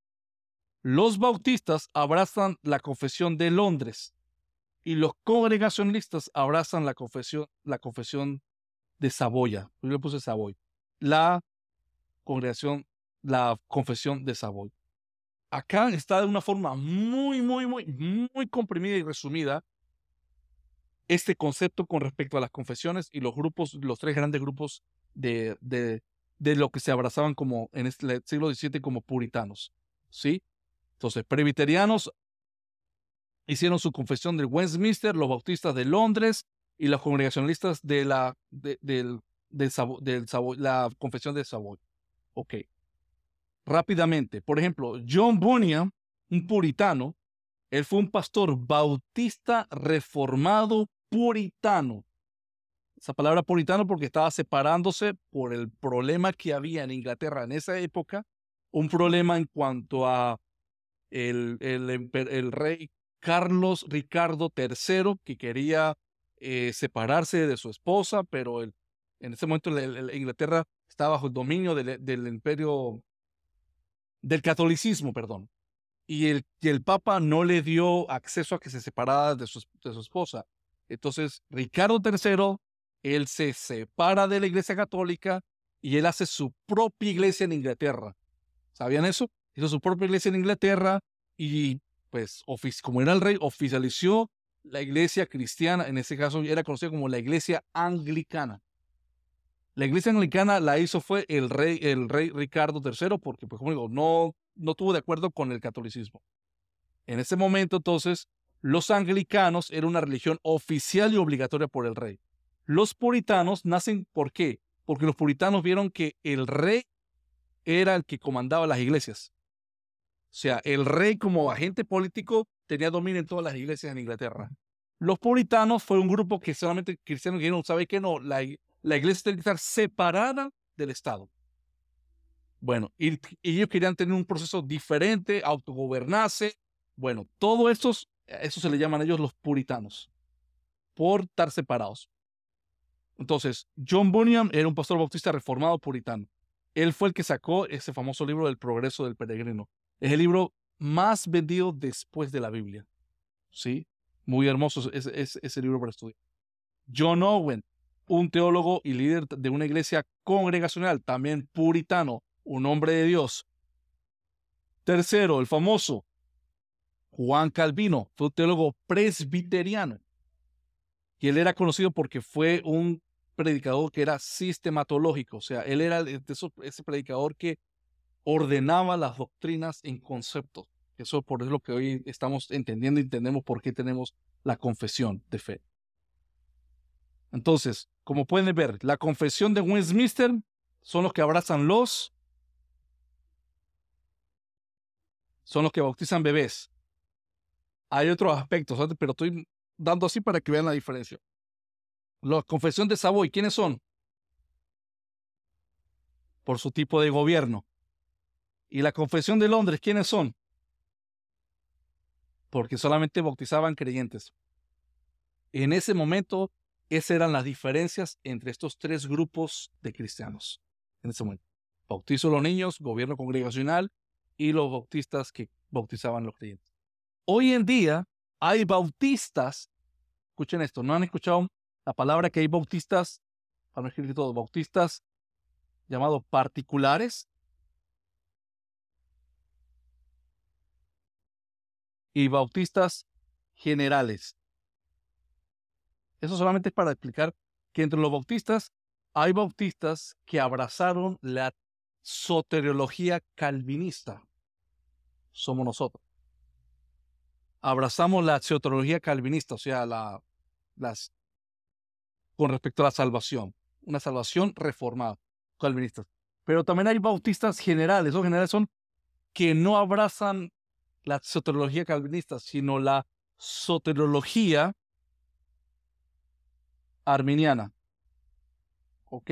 Los bautistas abrazan la confesión de Londres y los congregacionalistas abrazan la confesión, la confesión de Saboya. Yo le puse Savoy. La congregación, la confesión de Savoy. Acá está de una forma muy, muy, muy, muy comprimida y resumida este concepto con respecto a las confesiones y los grupos, los tres grandes grupos de, de, de lo que se abrazaban como en este siglo diecisiete como puritanos. ¿Sí? Entonces, presbiterianos hicieron su confesión de Westminster, los bautistas de Londres y los congregacionalistas de la, de, del, del Savo, del Savo, la confesión de Savoy. Ok. Rápidamente, por ejemplo, John Bunyan, un puritano, él fue un pastor bautista reformado puritano. Esa palabra puritano porque estaba separándose por el problema que había en Inglaterra en esa época, un problema en cuanto a el, el, el rey Carlos Ricardo tercero, que quería eh, separarse de su esposa, pero el, en ese momento el, el, Inglaterra estaba bajo el dominio del, del imperio, del catolicismo, perdón. Y el, y el Papa no le dio acceso a que se separara de su, de su esposa. Entonces, Ricardo tercero, él se separa de la iglesia católica y él hace su propia iglesia en Inglaterra. ¿Sabían eso? Hizo su propia iglesia en Inglaterra y, pues, como era el rey, oficializó la iglesia cristiana. En ese caso, era conocida como la iglesia anglicana. La iglesia anglicana la hizo fue el rey, el rey Ricardo tercero, porque, pues, como digo, no, no estuvo de acuerdo con el catolicismo. En ese momento, entonces, los anglicanos eran una religión oficial y obligatoria por el rey. Los puritanos nacen, ¿por qué? Porque los puritanos vieron que el rey era el que comandaba las iglesias. O sea, el rey como agente político tenía dominio en todas las iglesias en Inglaterra. Los puritanos fue un grupo que solamente cristianos que no sabe que no, la, la iglesia tiene que estar separada del Estado. Bueno, y, y ellos querían tener un proceso diferente, autogobernarse. Bueno, todo estos, eso se le llaman a ellos los puritanos, por estar separados. Entonces, John Bunyan era un pastor bautista reformado puritano. Él fue el que sacó ese famoso libro del Progreso del Peregrino. Es el libro más vendido después de la Biblia. ¿Sí? Muy hermoso ese, ese, ese libro para estudiar. John Owen, un teólogo y líder de una iglesia congregacional, también puritano, un hombre de Dios. Tercero, el famoso Juan Calvino, fue un teólogo presbiteriano. Y él era conocido porque fue un predicador que era sistematológico, o sea, él era de esos, ese predicador que ordenaba las doctrinas en conceptos. Eso por eso es lo que hoy estamos entendiendo y entendemos por qué tenemos la confesión de fe. Entonces, como pueden ver, la confesión de Westminster son los que abrazan los, son los que bautizan bebés. Hay otros aspectos, pero estoy dando así para que vean la diferencia. La confesión de Savoy, ¿quiénes son? Por su tipo de gobierno. Y la confesión de Londres, ¿quiénes son? Porque solamente bautizaban creyentes. En ese momento, esas eran las diferencias entre estos tres grupos de cristianos. En ese momento, bautizo a los niños, gobierno congregacional y los bautistas que bautizaban a los creyentes. Hoy en día hay bautistas, escuchen esto, ¿no han escuchado la palabra que hay bautistas, para no escribir todo, bautistas llamados particulares y bautistas generales? Eso solamente es para explicar que entre los bautistas hay bautistas que abrazaron la soteriología calvinista. Somos nosotros. Abrazamos la soteriología calvinista, o sea, la, las, con respecto a la salvación. Una salvación reformada, calvinista. Pero también hay bautistas generales. Los generales son que no abrazan la soteriología calvinista, sino la soteriología arminiana. ¿Ok?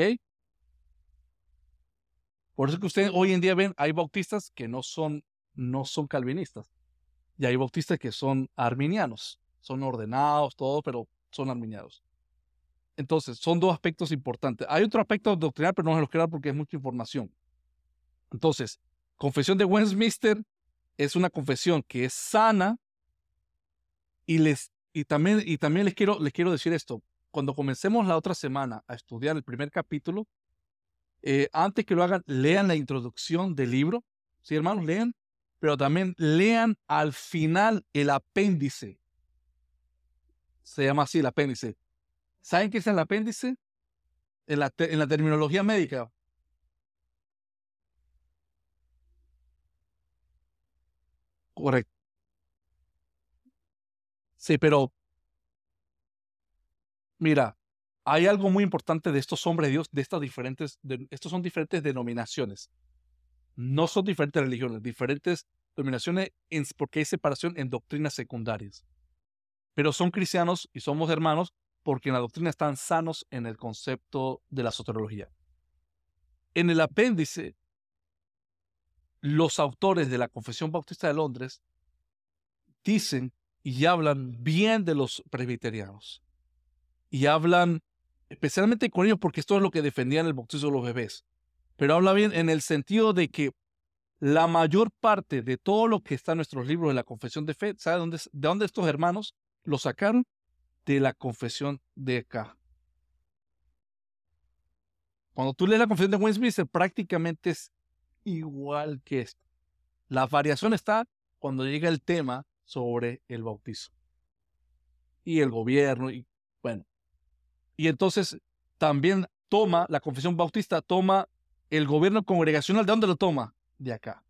Por eso que ustedes hoy en día ven, hay bautistas que no son, no son calvinistas. Y hay bautistas que son arminianos. Son ordenados, todo, pero son arminianos. Entonces, son dos aspectos importantes. Hay otro aspecto doctrinal, pero no se los quiero dar porque es mucha información. Entonces, confesión de Westminster es una confesión que es sana y, les, y, también, y también les quiero, les quiero decir esto. Cuando comencemos la otra semana a estudiar el primer capítulo, eh, antes que lo hagan, lean la introducción del libro. Sí, hermanos, lean, pero también lean al final el apéndice. Se llama así el apéndice. ¿Saben qué es el apéndice? En la, te en la terminología médica. Correcto. Sí, pero mira, hay algo muy importante de estos hombres de Dios, de estas diferentes, de, estos son diferentes denominaciones. No son diferentes religiones, diferentes denominaciones en, porque hay separación en doctrinas secundarias. Pero son cristianos y somos hermanos porque en la doctrina están sanos en el concepto de la soteriología. En el apéndice, los autores de la Confesión Bautista de Londres dicen y hablan bien de los presbiterianos. Y hablan especialmente con ellos porque esto es lo que defendían el bautizo de los bebés. Pero habla bien en el sentido de que la mayor parte de todo lo que está en nuestros libros de la confesión de fe, ¿sabe dónde, de dónde estos hermanos lo sacaron? De la confesión de acá. Cuando tú lees la confesión de Westminster, prácticamente es igual que esto. La variación está cuando llega el tema sobre el bautizo y el gobierno y bueno. Y entonces también toma, la confesión bautista toma el gobierno congregacional. ¿De dónde lo toma? De acá.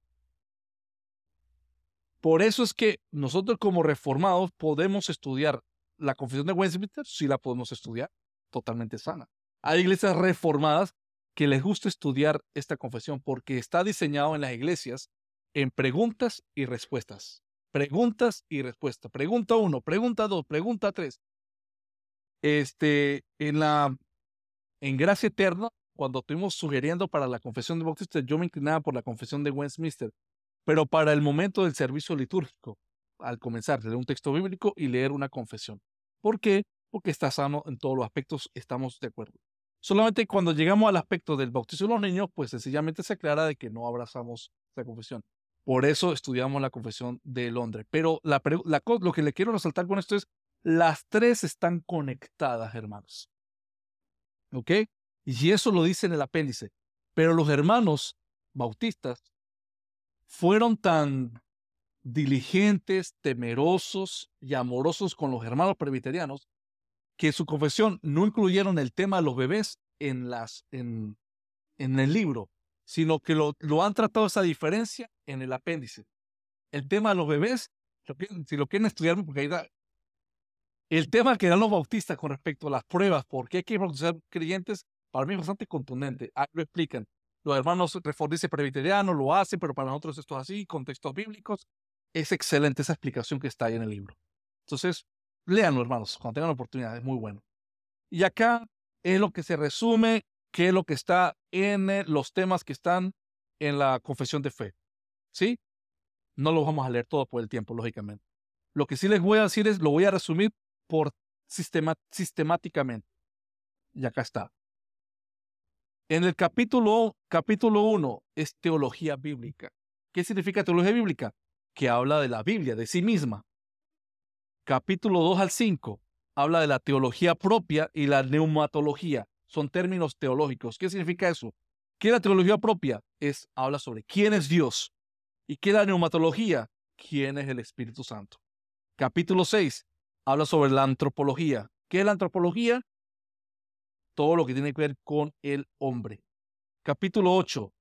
Por eso es que nosotros como reformados podemos estudiar la confesión de Westminster, sí la podemos estudiar, totalmente sana. Hay iglesias reformadas que les gusta estudiar esta confesión porque está diseñado en las iglesias en preguntas y respuestas. Preguntas y respuestas. Pregunta uno, pregunta dos, pregunta tres. Este, en la, en Gracia Eterna, cuando estuvimos sugiriendo para la confesión de Bautista, yo me inclinaba por la confesión de Westminster, pero para el momento del servicio litúrgico, al comenzar, leer un texto bíblico y leer una confesión. ¿Por qué? Porque está sano en todos los aspectos, estamos de acuerdo. Solamente cuando llegamos al aspecto del bautizo de los niños, pues sencillamente se aclara de que no abrazamos esa confesión. Por eso estudiamos la confesión de Londres. Pero la, la, lo que le quiero resaltar con esto es Las tres están conectadas, hermanos. ¿Ok? Y eso lo dice en el apéndice. Pero los hermanos bautistas fueron tan diligentes, temerosos y amorosos con los hermanos presbiterianos que su confesión no incluyeron el tema de los bebés en, las, en, en el libro, sino que lo, lo han tratado esa diferencia en el apéndice. El tema de los bebés, lo que, si lo quieren estudiar, porque ahí da, el tema que dan los bautistas con respecto a las pruebas, por qué hay que bautizar creyentes, para mí es bastante contundente. Ahí lo explican. Los hermanos reformistas presbiterianos lo hacen, pero para nosotros esto es así, contextos bíblicos. Es excelente esa explicación que está ahí en el libro. Entonces, léanlo, hermanos, cuando tengan la oportunidad, es muy bueno. Y acá es lo que se resume, qué es lo que está en eh, los temas que están en la confesión de fe. ¿Sí? No los vamos a leer todo por el tiempo, lógicamente. Lo que sí les voy a decir es, lo voy a resumir por sistema, sistemáticamente. Y acá está. En el capítulo, capítulo uno es teología bíblica. ¿Qué significa teología bíblica? Que habla de la Biblia, de sí misma. Capítulo dos al cinco habla de la teología propia y la neumatología. Son términos teológicos. ¿Qué significa eso? Que la teología propia es, habla sobre quién es Dios. ¿Y qué es la neumatología? ¿Quién es el Espíritu Santo? Capítulo seis habla sobre la antropología. ¿Qué es la antropología? Todo lo que tiene que ver con el hombre. Capítulo ocho,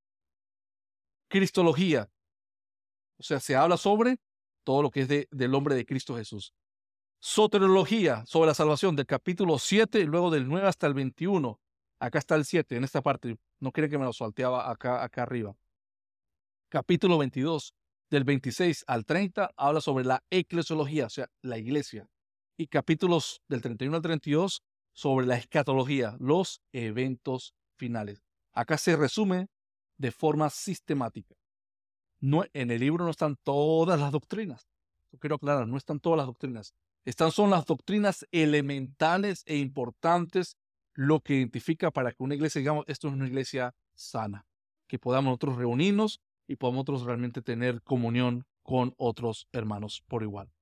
cristología. O sea, se habla sobre todo lo que es de, del hombre de Cristo Jesús. Soteriología, sobre la salvación, del capítulo siete y luego del nueve hasta el veintiuno. Acá está el siete, en esta parte. No quieren que me lo salteaba acá, acá arriba. Capítulo veintidós, del veintiséis al treinta, habla sobre la eclesiología, o sea, la iglesia. Y capítulos del treinta y uno al treinta y dos sobre la escatología, los eventos finales. Acá se resume de forma sistemática. No, en el libro no están todas las doctrinas. Yo quiero aclarar, no están todas las doctrinas. Estas son las doctrinas elementales e importantes, lo que identifica para que una iglesia, digamos, esto es una iglesia sana, que podamos nosotros reunirnos y podamos nosotros realmente tener comunión con otros hermanos por igual.